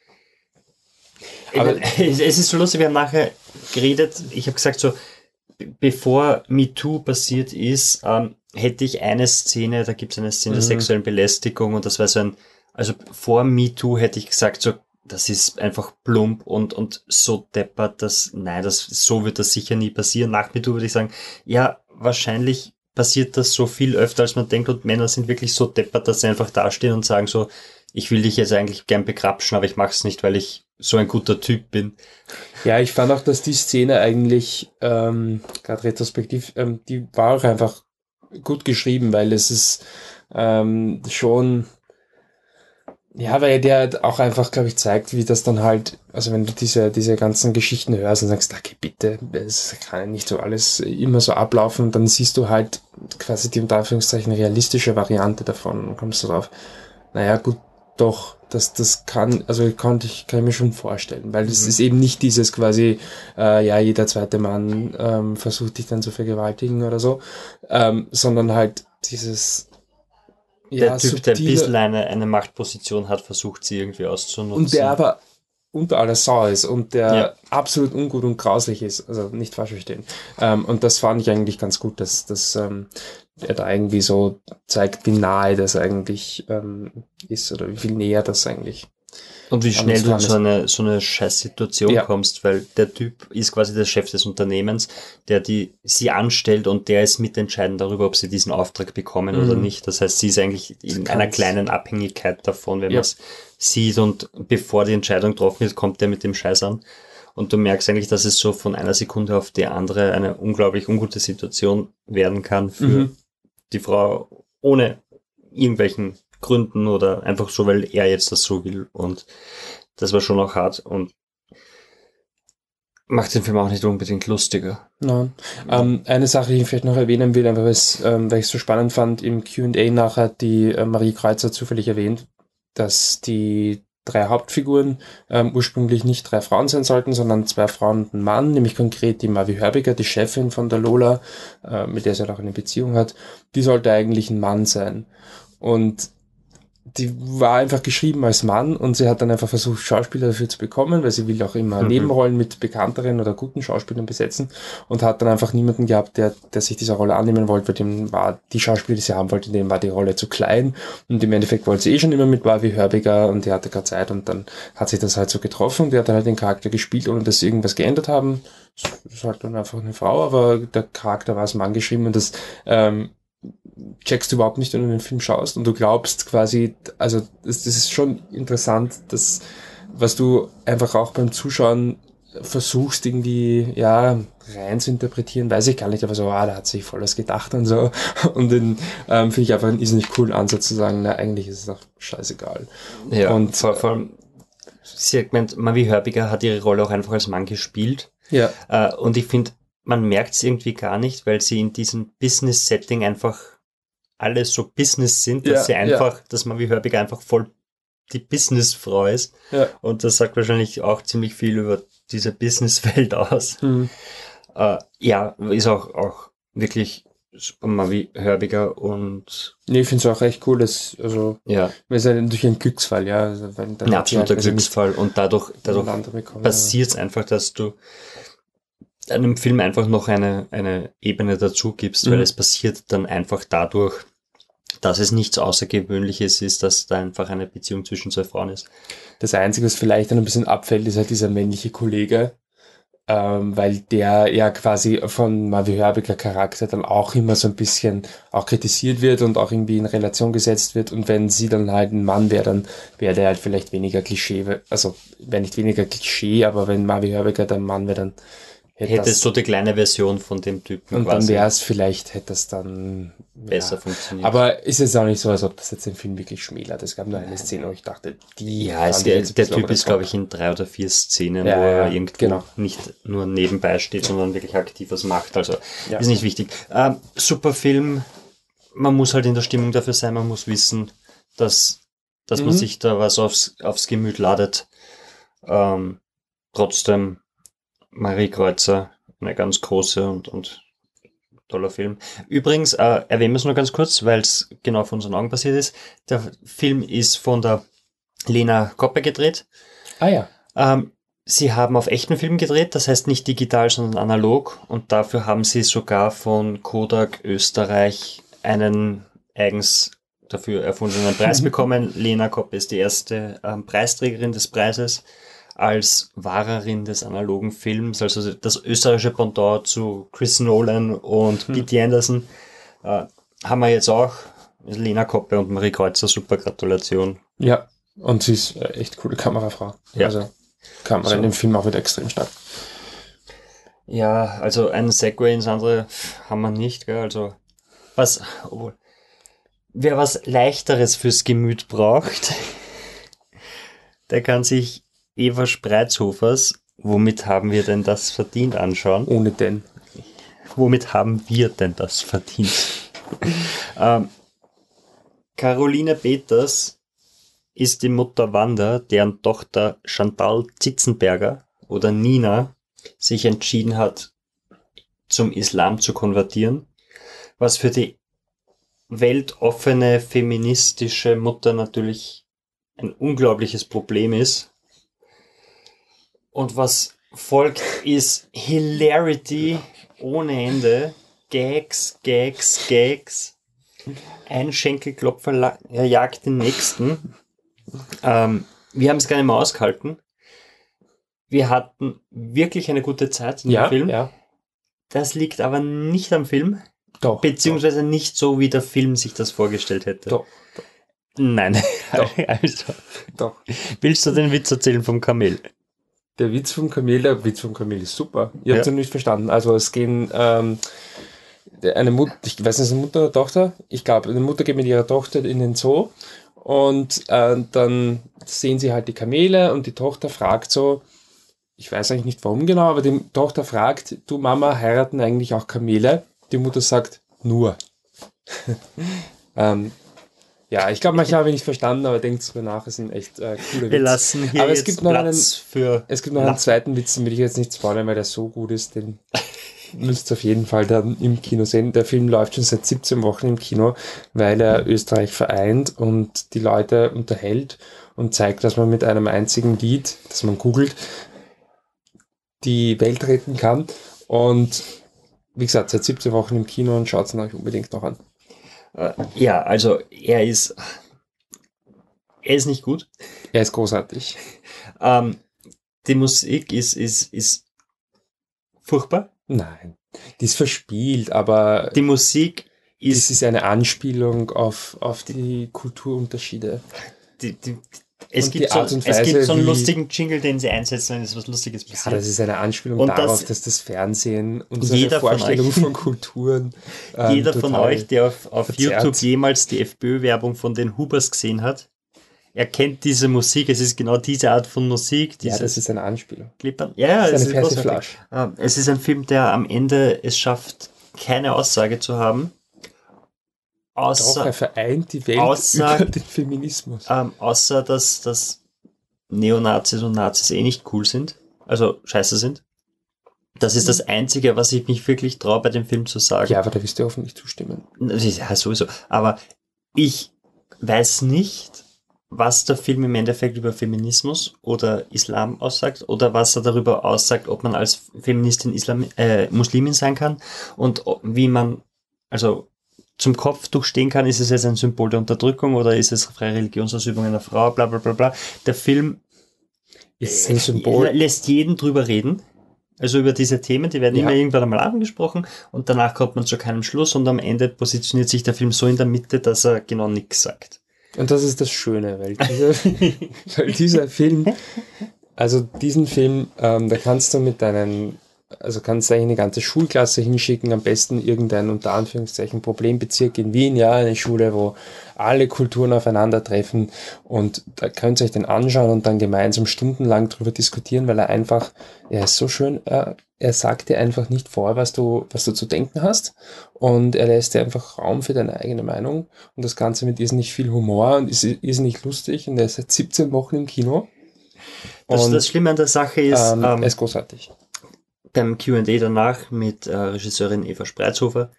Aber es ist so lustig, wir haben nachher geredet, ich habe gesagt so, bevor MeToo passiert ist, hätte ich eine Szene, da gibt es eine Szene der sexuellen Belästigung, und das war also vor MeToo hätte ich gesagt so, das ist einfach plump und so deppert, so wird das sicher nie passieren. Nach MeToo würde ich sagen, ja, wahrscheinlich passiert das so viel öfter, als man denkt, und Männer sind wirklich so deppert, dass sie einfach dastehen und sagen so, ich will dich jetzt eigentlich gern begrapschen, aber ich mache es nicht, weil ich so ein guter Typ bin. Ja, ich fand auch, dass die Szene eigentlich, gerade retrospektiv, die war auch einfach gut geschrieben, weil es ist schon, Ja, weil der halt auch einfach, glaube ich, zeigt, wie das dann halt, also wenn du diese ganzen Geschichten hörst und sagst, okay, bitte, es kann ja nicht so alles immer so ablaufen, dann siehst du halt quasi die unter Anführungszeichen realistische Variante davon und kommst du drauf, naja, gut, doch, das kann, also kann ich mir schon vorstellen, weil das ist eben nicht dieses quasi, ja, jeder zweite Mann versucht dich dann zu vergewaltigen oder so, sondern halt dieses, Der ja, Typ, der ein subtile, bisschen eine Machtposition hat, versucht sie irgendwie auszunutzen. und der aber unter aller Sau ist und der Ja. absolut ungut und grauslich ist, also nicht falsch verstehen. Und das fand ich eigentlich ganz gut, dass er da irgendwie so zeigt, wie nahe das eigentlich ist oder wie viel näher das eigentlich. Und wie schnell du in dran ist. so eine Scheißsituation Ja. kommst, weil der Typ ist quasi der Chef des Unternehmens, der sie anstellt und der ist mitentscheidend darüber, ob sie diesen Auftrag bekommen oder nicht. Das heißt, sie ist eigentlich in einer kleinen Abhängigkeit davon, wenn man es sieht, und bevor die Entscheidung getroffen ist, kommt der mit dem Scheiß an. Und du merkst eigentlich, dass es so von einer Sekunde auf die andere eine unglaublich ungute Situation werden kann für die Frau, ohne irgendwelchen Gründen oder einfach so, weil er jetzt das so will, und das war schon auch hart und macht den Film auch nicht unbedingt lustiger. Nein. Eine Sache, die ich vielleicht noch erwähnen will, einfach weil ich es so spannend fand, im Q&A nachher hat die Marie Kreuzer zufällig erwähnt, dass die 3 Hauptfiguren ursprünglich nicht 3 Frauen sein sollten, sondern 2 Frauen und ein Mann, nämlich konkret die Mavi Hörbiger, die Chefin von der Lola, mit der sie halt auch eine Beziehung hat, die sollte eigentlich ein Mann sein. Und die war einfach geschrieben als Mann und sie hat dann einfach versucht, Schauspieler dafür zu bekommen, weil sie will auch immer Nebenrollen mit bekannteren oder guten Schauspielern besetzen und hat dann einfach niemanden gehabt, der sich dieser Rolle annehmen wollte, weil dem war die Schauspieler, die sie haben wollte, dem war die Rolle zu klein und im Endeffekt wollte sie schon immer mit Mavi Hörbiger und die hatte keine Zeit und dann hat sich das halt so getroffen und die hat dann halt den Charakter gespielt, ohne dass sie irgendwas geändert haben. Das ist halt dann einfach eine Frau, aber der Charakter war als Mann geschrieben und das checkst du überhaupt nicht, wenn du den Film schaust und du glaubst quasi, also das ist schon interessant, dass was du einfach auch beim Zuschauen versuchst irgendwie, ja, rein zu interpretieren, weiß ich gar nicht, aber so, da hat sich voll was gedacht und so und den finde ich einfach einen irrsinnig coolen Ansatz zu sagen, na, eigentlich ist es auch scheißegal. Ja, und vor allem, sie hat gemeint, Mavi Hörbiger hat ihre Rolle auch einfach als Mann gespielt. Ja. Und ich finde, man merkt es irgendwie gar nicht, weil sie in diesem Business-Setting einfach alle so Business sind, dass sie einfach, dass Mavi Hörbiger einfach voll die Businessfrau ist. Ja. Und das sagt wahrscheinlich auch ziemlich viel über diese Businesswelt aus. Ja, ist auch wirklich super Mavi Hörbiger und... Nee, ich finde es auch echt cool, dass, also, ja. es ist natürlich ein Glücksfall, ja. Also, wenn dann ein absoluter Glücksfall und dadurch passiert es einfach, dass du einem Film einfach noch eine Ebene dazu gibst, weil es passiert dann einfach dadurch, dass es nichts Außergewöhnliches ist, dass da einfach eine Beziehung zwischen 2 Frauen ist. Das Einzige, was vielleicht dann ein bisschen abfällt, ist halt dieser männliche Kollege, weil der ja quasi von Mavi Hörbiger Charakter dann auch immer so ein bisschen auch kritisiert wird und auch irgendwie in Relation gesetzt wird, und wenn sie dann halt ein Mann wäre, dann wäre der halt vielleicht weniger Klischee, also wäre nicht weniger Klischee, aber wenn Mavi Hörbiger dann Mann wäre, dann hätte es so die kleine Version von dem Typen und quasi. dann wäre es vielleicht, hätte das dann besser funktioniert. Aber ist es auch nicht so, als ob das jetzt den Film wirklich schmälert. Es gab nur eine Szene, wo ich dachte, der Typ ist, glaube ich, in 3 oder 4 Szenen, wo er irgendwo nicht nur nebenbei steht, sondern wirklich aktiv was macht. Also ist nicht wichtig. Super Film. Man muss halt in der Stimmung dafür sein. Man muss wissen, dass man sich da was aufs Gemüt ladet. Trotzdem Marie Kreuzer, eine ganz große und toller Film. Übrigens, erwähnen wir es nur ganz kurz, weil es genau vor unseren Augen passiert ist. Der Film ist von der Lena Koppe gedreht. Ah ja. Sie haben auf echten Film gedreht, das heißt nicht digital, sondern analog. Und dafür haben sie sogar von Kodak Österreich einen eigens dafür erfundenen Preis bekommen. Lena Koppe ist die erste Preisträgerin des Preises als Wahrerin des analogen Films, also das österreichische Pendant zu Chris Nolan und P.T. Anderson, haben wir jetzt auch. Lena Koppe und Marie Kreuzer, super Gratulation. Ja, und sie ist echt coole Kamerafrau. Ja. Also Kamera in dem Film auch wieder extrem stark. Ja, also ein Segway ins andere haben wir nicht, gell? Also wer was Leichteres fürs Gemüt braucht, der kann sich Eva Spreizhofers "Womit haben wir denn das verdient" anschauen. Ohne denn. Womit haben wir denn das verdient? Caroline Peters ist die Mutter Wanda, deren Tochter Chantal Zitzenberger oder Nina sich entschieden hat, zum Islam zu konvertieren, was für die weltoffene feministische Mutter natürlich ein unglaubliches Problem ist. Und was folgt, ist Hilarity ohne Ende. Gags. Ein Schenkelklopfer jagt den nächsten. Wir haben es gar nicht mehr ausgehalten. Wir hatten wirklich eine gute Zeit in dem Film. Ja. Das liegt aber nicht am Film. Doch. Beziehungsweise nicht so, wie der Film sich das vorgestellt hätte. Doch. Nein. Doch. Also. Doch. Willst du den Witz erzählen vom Kamel? Der Witz vom Kamel ist super. Ihr habt es nicht verstanden. Also es gehen eine Mutter, ich weiß nicht, eine Mutter oder Tochter? Ich glaube, eine Mutter geht mit ihrer Tochter in den Zoo und dann sehen sie halt die Kamele und die Tochter fragt so, ich weiß eigentlich nicht warum genau, aber die Tochter fragt, du Mama, heiraten eigentlich auch Kamele? Die Mutter sagt, nur. Ja, ich glaube, manche habe ich nicht verstanden, aber denkt es mir nach, es sind echt coole Witze. Wir lassen hier aber es gibt noch einen zweiten Witz, den will ich jetzt nicht spoilern, weil der so gut ist, den müsst ihr auf jeden Fall dann im Kino sehen. Der Film läuft schon seit 17 Wochen im Kino, weil er Österreich vereint und die Leute unterhält und zeigt, dass man mit einem einzigen Lied, das man googelt, die Welt retten kann. Und wie gesagt, seit 17 Wochen im Kino und schaut es euch unbedingt noch an. Ja, also er ist nicht gut. Er ist großartig. Die Musik ist furchtbar. Nein, die ist verspielt, aber die Musik ist... Das ist eine Anspielung auf die Kulturunterschiede. Es gibt so einen lustigen Jingle, den sie einsetzen, wenn es was Lustiges passiert. Ja, das ist eine Anspielung darauf, dass das Fernsehen unsere Vorstellung von Kulturen jeder von euch, der auf YouTube jemals die FPÖ-Werbung von den Hubers gesehen hat, erkennt diese Musik. Es ist genau diese Art von Musik. Ja, das ist eine Anspielung. Klippern. Ja, das ist eine Persiflage. Es ist ein Film, der am Ende es schafft, keine Aussage zu haben. Doch, er vereint die Welt über den Feminismus. Außer, dass Neonazis und Nazis nicht cool sind. Also scheiße sind. Das ist das Einzige, was ich mich wirklich traue, bei dem Film zu sagen. Ja, aber da wirst du hoffentlich zustimmen. Ja, sowieso. Aber ich weiß nicht, was der Film im Endeffekt über Feminismus oder Islam aussagt oder was er darüber aussagt, ob man als Feministin Muslimin sein kann und wie man zum Kopf durchstehen kann. Ist es jetzt ein Symbol der Unterdrückung oder ist es freie Religionsausübung einer Frau, bla bla bla bla. Der Film ist ein Symbol. Lässt jeden drüber reden, also über diese Themen, die werden immer irgendwann einmal angesprochen und danach kommt man zu keinem Schluss und am Ende positioniert sich der Film so in der Mitte, dass er genau nichts sagt. Und das ist das Schöne, weil dieser Film, also diesen Film, da kannst du kannst du eigentlich eine ganze Schulklasse hinschicken, am besten irgendein unter Anführungszeichen Problembezirk in Wien, ja, eine Schule, wo alle Kulturen aufeinandertreffen und da könnt ihr euch den anschauen und dann gemeinsam stundenlang drüber diskutieren, weil er ist so schön, er sagt dir einfach nicht vor, was du zu denken hast und er lässt dir einfach Raum für deine eigene Meinung und das Ganze mit irrsinnig viel Humor und ist irrsinnig lustig und er ist seit 17 Wochen im Kino. Das Schlimme an der Sache ist, er ist großartig. Beim Q&A danach mit Regisseurin Eva Spreizhofer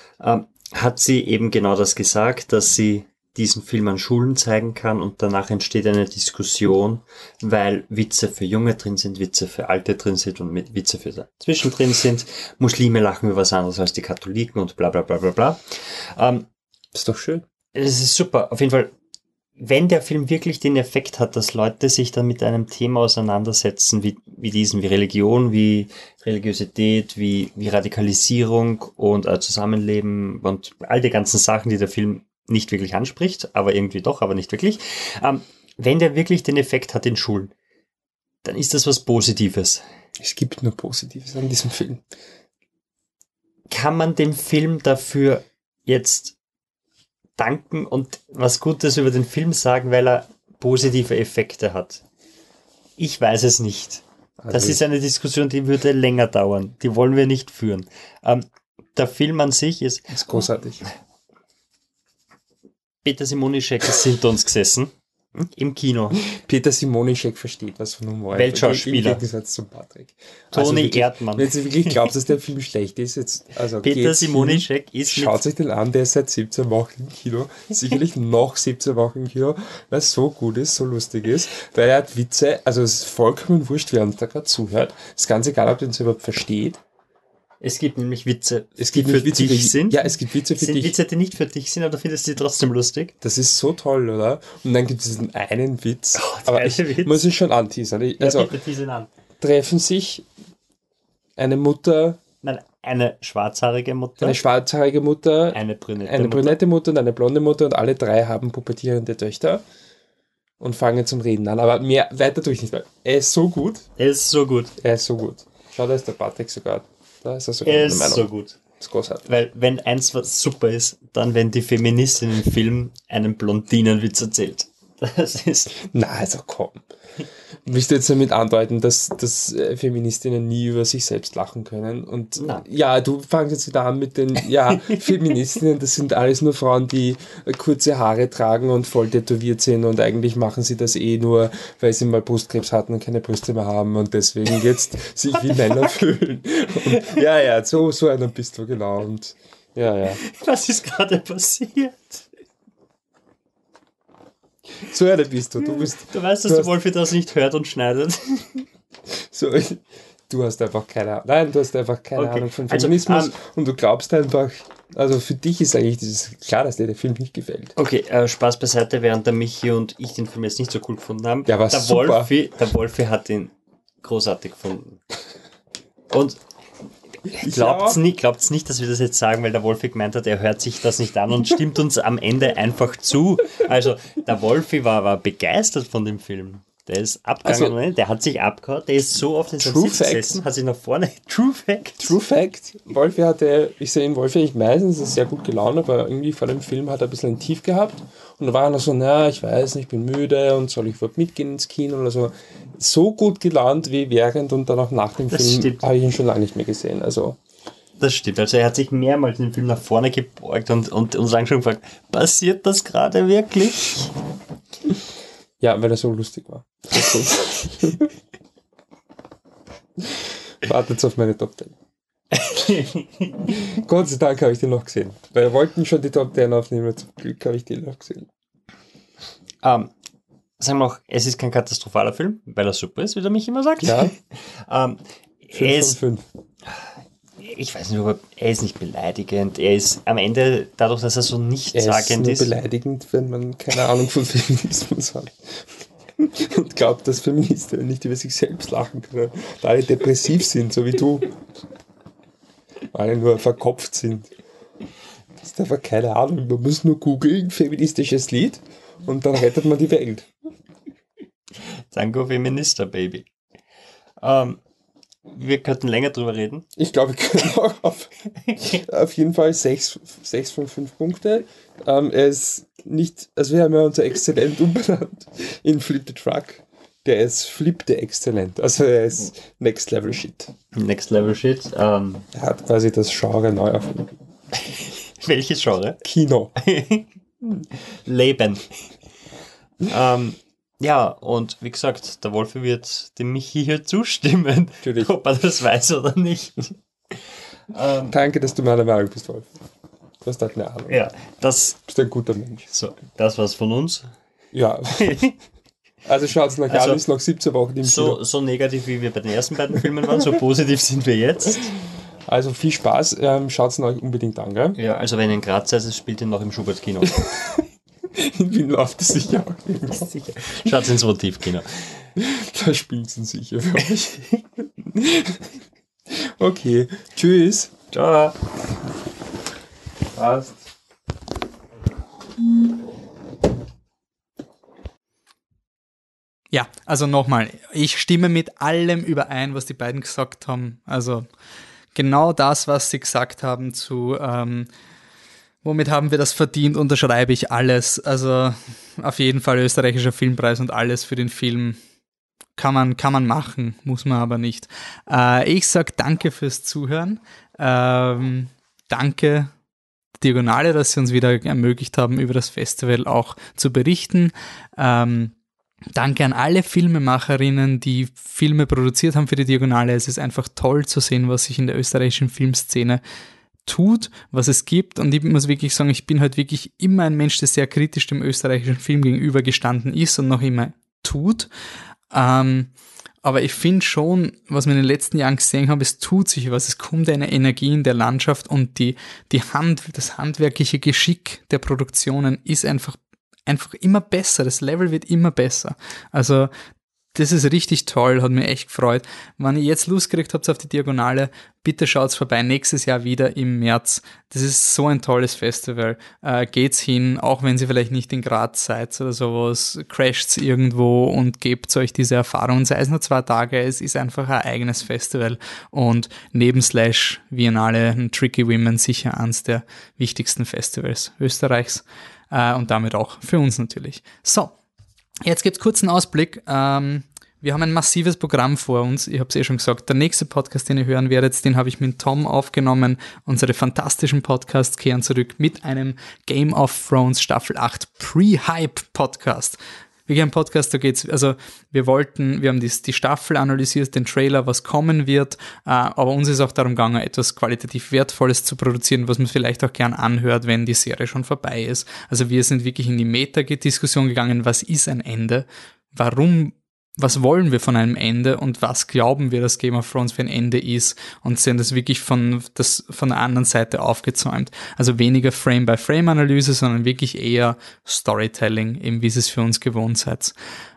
hat sie eben genau das gesagt, dass sie diesen Film an Schulen zeigen kann und danach entsteht eine Diskussion, weil Witze für Junge drin sind, Witze für Alte drin sind und Witze für dazwischen drin sind. Muslime lachen über was anderes als die Katholiken und bla bla bla bla bla. Ist doch schön. Es ist super. Auf jeden Fall, wenn der Film wirklich den Effekt hat, dass Leute sich dann mit einem Thema auseinandersetzen, wie Religion, wie Religiosität, wie Radikalisierung und Zusammenleben und all die ganzen Sachen, die der Film nicht wirklich anspricht, aber irgendwie doch, aber nicht wirklich. Wenn der wirklich den Effekt hat in Schulen, dann ist das was Positives. Es gibt nur Positives an diesem Film. Kann man dem Film dafür jetzt danken und was Gutes über den Film sagen, weil er positive Effekte hat? Ich weiß es nicht. Das Also- ist eine Diskussion, die würde länger dauern. Die wollen wir nicht führen. Der Film an sich ist... ist großartig. Peter Simonischek ist hinter uns gesessen. Im Kino. Peter Simonischek versteht was von Humor. Weltschauspieler. Im Gegensatz zum Patrick. Toni wirklich, Erdmann. Wenn ihr wirklich glaubt, dass der Film schlecht ist, jetzt, also Peter geht's Simonischek hin, ist schaut sich den an, der ist seit 17 Wochen im Kino. Sicherlich noch 17 Wochen im Kino, weil es so gut ist, so lustig ist. Weil er hat Witze, also es ist vollkommen wurscht, wer uns da gerade zuhört. Es ist ganz egal, ob ihr uns überhaupt versteht. Es gibt nämlich Witze, Es gibt die für nämlich Witze, dich sind. Ja, es gibt Witze Es für sind dich. Witze, die nicht für dich sind, aber du findest sie trotzdem lustig. Das ist so toll, oder? Und dann gibt es diesen einen Witz. der aber eine ich Witz. muss es schon anteasern. Also Ja, bitte teasen an. treffen sich eine Mutter, Nein, eine schwarzhaarige Mutter, eine schwarzhaarige Mutter, eine brünette eine Mutter. brünette Mutter und eine blonde Mutter und alle drei haben pubertierende Töchter und fangen zum Reden an. Aber mehr weiter tue ich nicht, weil er ist so gut. Er ist so gut. Er ist so gut. Schau, da ist der Patrick sogar. Da ist er sogar Er der ist Meinung. so gut. Das ist großartig. Weil, wenn eins was super ist, dann wenn die Feministin im Film einen Blondinenwitz erzählt. Das ist... Na, also komm. Willst du jetzt damit andeuten, dass Feministinnen nie über sich selbst lachen können? Und Nein. ja, du fangst jetzt wieder an mit den, ja, Feministinnen, das sind alles nur Frauen, die kurze Haare tragen und voll tätowiert sind und eigentlich machen sie das eh nur, weil sie mal Brustkrebs hatten und keine Brüste mehr haben und deswegen jetzt sich wie Männer fühlen. Und, ja, so einer bist du, genau. Und ja. Was ist gerade passiert? So einer bist du. Du bist Du weißt, dass Du der hast- Wolfi das nicht hört und schneidet. so, du hast einfach keine Ahnung. Nein, du hast einfach keine Okay. Ahnung von Also, Feminismus und du glaubst einfach, also für dich ist eigentlich dieses klar, dass dir der Film nicht gefällt. Okay, Spaß beiseite, während der Michi und ich den Film jetzt nicht so cool gefunden haben. Ja, war der super. Der Wolfi hat ihn großartig gefunden. Und glaubt's nicht, dass wir das jetzt sagen, weil der Wolfi gemeint hat, er hört sich das nicht an und stimmt uns am Ende einfach zu. Also der Wolfi war begeistert von dem Film. Der ist abgegangen, Also- der hat sich abgehauen, der ist so oft in seinem True Sitz Fact. gesessen, hat sich nach vorne... True Fact. True Fact, ich sehe ihn Wolfi eigentlich meistens, ist sehr gut gelaunt, aber irgendwie vor dem Film hat er ein bisschen ein Tief gehabt und da war er noch so, ich weiß nicht, ich bin müde und soll ich überhaupt mitgehen ins Kino oder so. So gut gelaunt wie während und dann auch nach dem Das Film stimmt. habe ich ihn schon lange nicht mehr gesehen. Also Das stimmt, also er hat sich mehrmals in den Film nach vorne gebeugt und uns angeschaut und gefragt, passiert das gerade wirklich? ja, weil er so lustig war. Wartet auf meine Top 10. Gott sei Dank habe ich den noch gesehen. Weil wir wollten schon die Top 10 aufnehmen, zum Glück habe ich den noch gesehen. Sagen wir noch, es ist kein katastrophaler Film, weil er super ist, wie der mich immer sagt. Ja, Er 5 ist, von 5. ich weiß nicht, aber er ist nicht beleidigend. Er ist am Ende, dadurch, dass er so Er ist nichtssagend nur ist, beleidigend, wenn man keine Ahnung von Feminismus hat. Und glaubt, dass Feministinnen nicht über sich selbst lachen können. Da alle depressiv sind, so wie du. Alle nur verkopft sind. Das ist einfach keine Ahnung. Man muss nur googeln, feministisches Lied, und dann rettet man die Welt. Tango Feminista, Baby. Wir könnten länger drüber reden. Ich glaube, wir können auch auf jeden Fall 6 von 5 Punkte. Er ist nicht, also wir haben ja unser Exzellent umbenannt in Flip the Truck. Der ist Flip the Exzellent. Also er ist Next Level Shit. Next Level Shit. Er hat quasi das Genre neu erfunden. Welches Genre? Kino. Leben. Ja, und wie gesagt, der Wolfi wird dem Michi hier zustimmen, Natürlich. ob er das weiß oder nicht. Danke, dass du meiner Meinung bist, Wolf. Du hast halt eine Ahnung. Ja, Du bist ein guter Mensch. das war's von uns. Ja. Also schaut's nach Also, an, ist noch 17 Wochen im Kino. So negativ, wie wir bei den ersten beiden Filmen waren, so positiv sind wir jetzt. Also viel Spaß. Schaut's euch unbedingt an, gell? Ja, also wenn ihr in Graz seid, spielt ihr noch im Schubert-Kino. In Wien läuft es sicher auch irgendwo. Sicher. Schaut ins Votivkino. Da spielt es sicher für euch. Okay, tschüss. Ciao. Passt. Ja, also nochmal, ich stimme mit allem überein, was die beiden gesagt haben. Also genau das, was sie gesagt haben zu, womit haben wir das verdient, unterschreibe ich alles. Also auf jeden Fall österreichischer Filmpreis und alles für den Film. kann man machen, muss man aber nicht. Ich sage danke fürs Zuhören. Danke Diagonale, dass sie uns wieder ermöglicht haben, über das Festival auch zu berichten. Danke an alle Filmemacherinnen, die Filme produziert haben für die Diagonale. Es ist einfach toll zu sehen, was sich in der österreichischen Filmszene tut, was es gibt. Und ich muss wirklich sagen, ich bin halt wirklich immer ein Mensch, der sehr kritisch dem österreichischen Film gegenüber gestanden ist und noch immer tut. Aber ich finde schon, was wir in den letzten Jahren gesehen haben, es tut sich was. Es kommt eine Energie in der Landschaft und das handwerkliche Geschick der Produktionen ist einfach immer besser. Das Level wird immer besser. Also das ist richtig toll, hat mich echt gefreut. Wenn ihr jetzt Lust gekriegt habt auf die Diagonale, bitte schaut's vorbei. Nächstes Jahr wieder im März. Das ist so ein tolles Festival. Geht's hin, auch wenn ihr vielleicht nicht in Graz seid oder sowas. Crasht's irgendwo und gebt euch diese Erfahrung. Sei es nur 2 Tage, es ist einfach ein eigenes Festival. Und neben Slash Biennale und Tricky Women sicher eines der wichtigsten Festivals Österreichs. Und damit auch für uns natürlich. So. Jetzt gibt's kurz einen Ausblick. Wir haben ein massives Programm vor uns. Ich habe es schon gesagt. Der nächste Podcast, den ihr hören werdet, den habe ich mit Tom aufgenommen. Unsere fantastischen Podcasts kehren zurück mit einem Game of Thrones Staffel 8 Pre-Hype-Podcast. Wirklich ein Podcast, da geht's, also wir haben die Staffel analysiert, den Trailer, was kommen wird, aber uns ist auch darum gegangen, etwas qualitativ Wertvolles zu produzieren, was man vielleicht auch gern anhört, wenn die Serie schon vorbei ist. Also wir sind wirklich in die Meta-Diskussion gegangen, was ist ein Ende? Was wollen wir von einem Ende und was glauben wir, dass Game of Thrones für ein Ende ist, und sind das wirklich von der anderen Seite aufgezäumt. Also weniger Frame-by-Frame-Analyse, sondern wirklich eher Storytelling, eben wie es für uns gewohnt seid.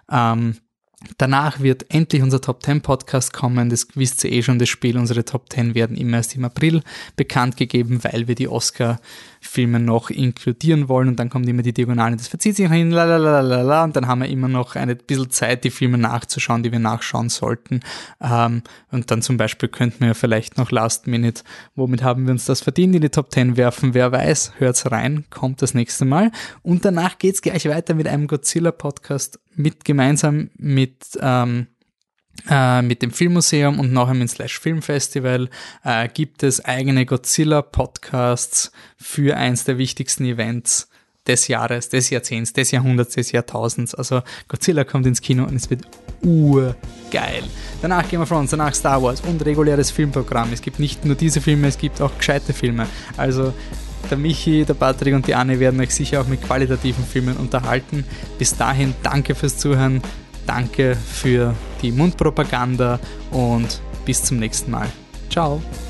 Danach wird endlich unser Top 10 Podcast kommen. Das wisst ihr schon, das Spiel. Unsere Top 10 werden immer erst im April bekannt gegeben, weil wir die Oscar-Filme noch inkludieren wollen, und dann kommt immer die Diagonale. Das verzieht sich hin, lalalala, und dann haben wir immer noch ein bisschen Zeit, die Filme nachzuschauen, die wir nachschauen sollten. Und dann zum Beispiel könnten wir vielleicht noch Last Minute, womit haben wir uns das verdient, in die Top 10 werfen. Wer weiß, hört's rein, kommt das nächste Mal. Und danach geht's gleich weiter mit einem Godzilla-Podcast gemeinsam mit dem Filmmuseum und nachher mit Slash Filmfestival gibt es eigene Godzilla-Podcasts für eins der wichtigsten Events des Jahres, des Jahrzehnts, des Jahrhunderts, des Jahrtausends. Also Godzilla kommt ins Kino und es wird urgeil. Danach Game of Thrones, danach Star Wars und reguläres Filmprogramm. Es gibt nicht nur diese Filme, es gibt auch gescheite Filme. Also der Michi, der Patrick und die Anne werden euch sicher auch mit qualitativen Filmen unterhalten. Bis dahin, danke fürs Zuhören, danke für die Mundpropaganda und bis zum nächsten Mal. Ciao!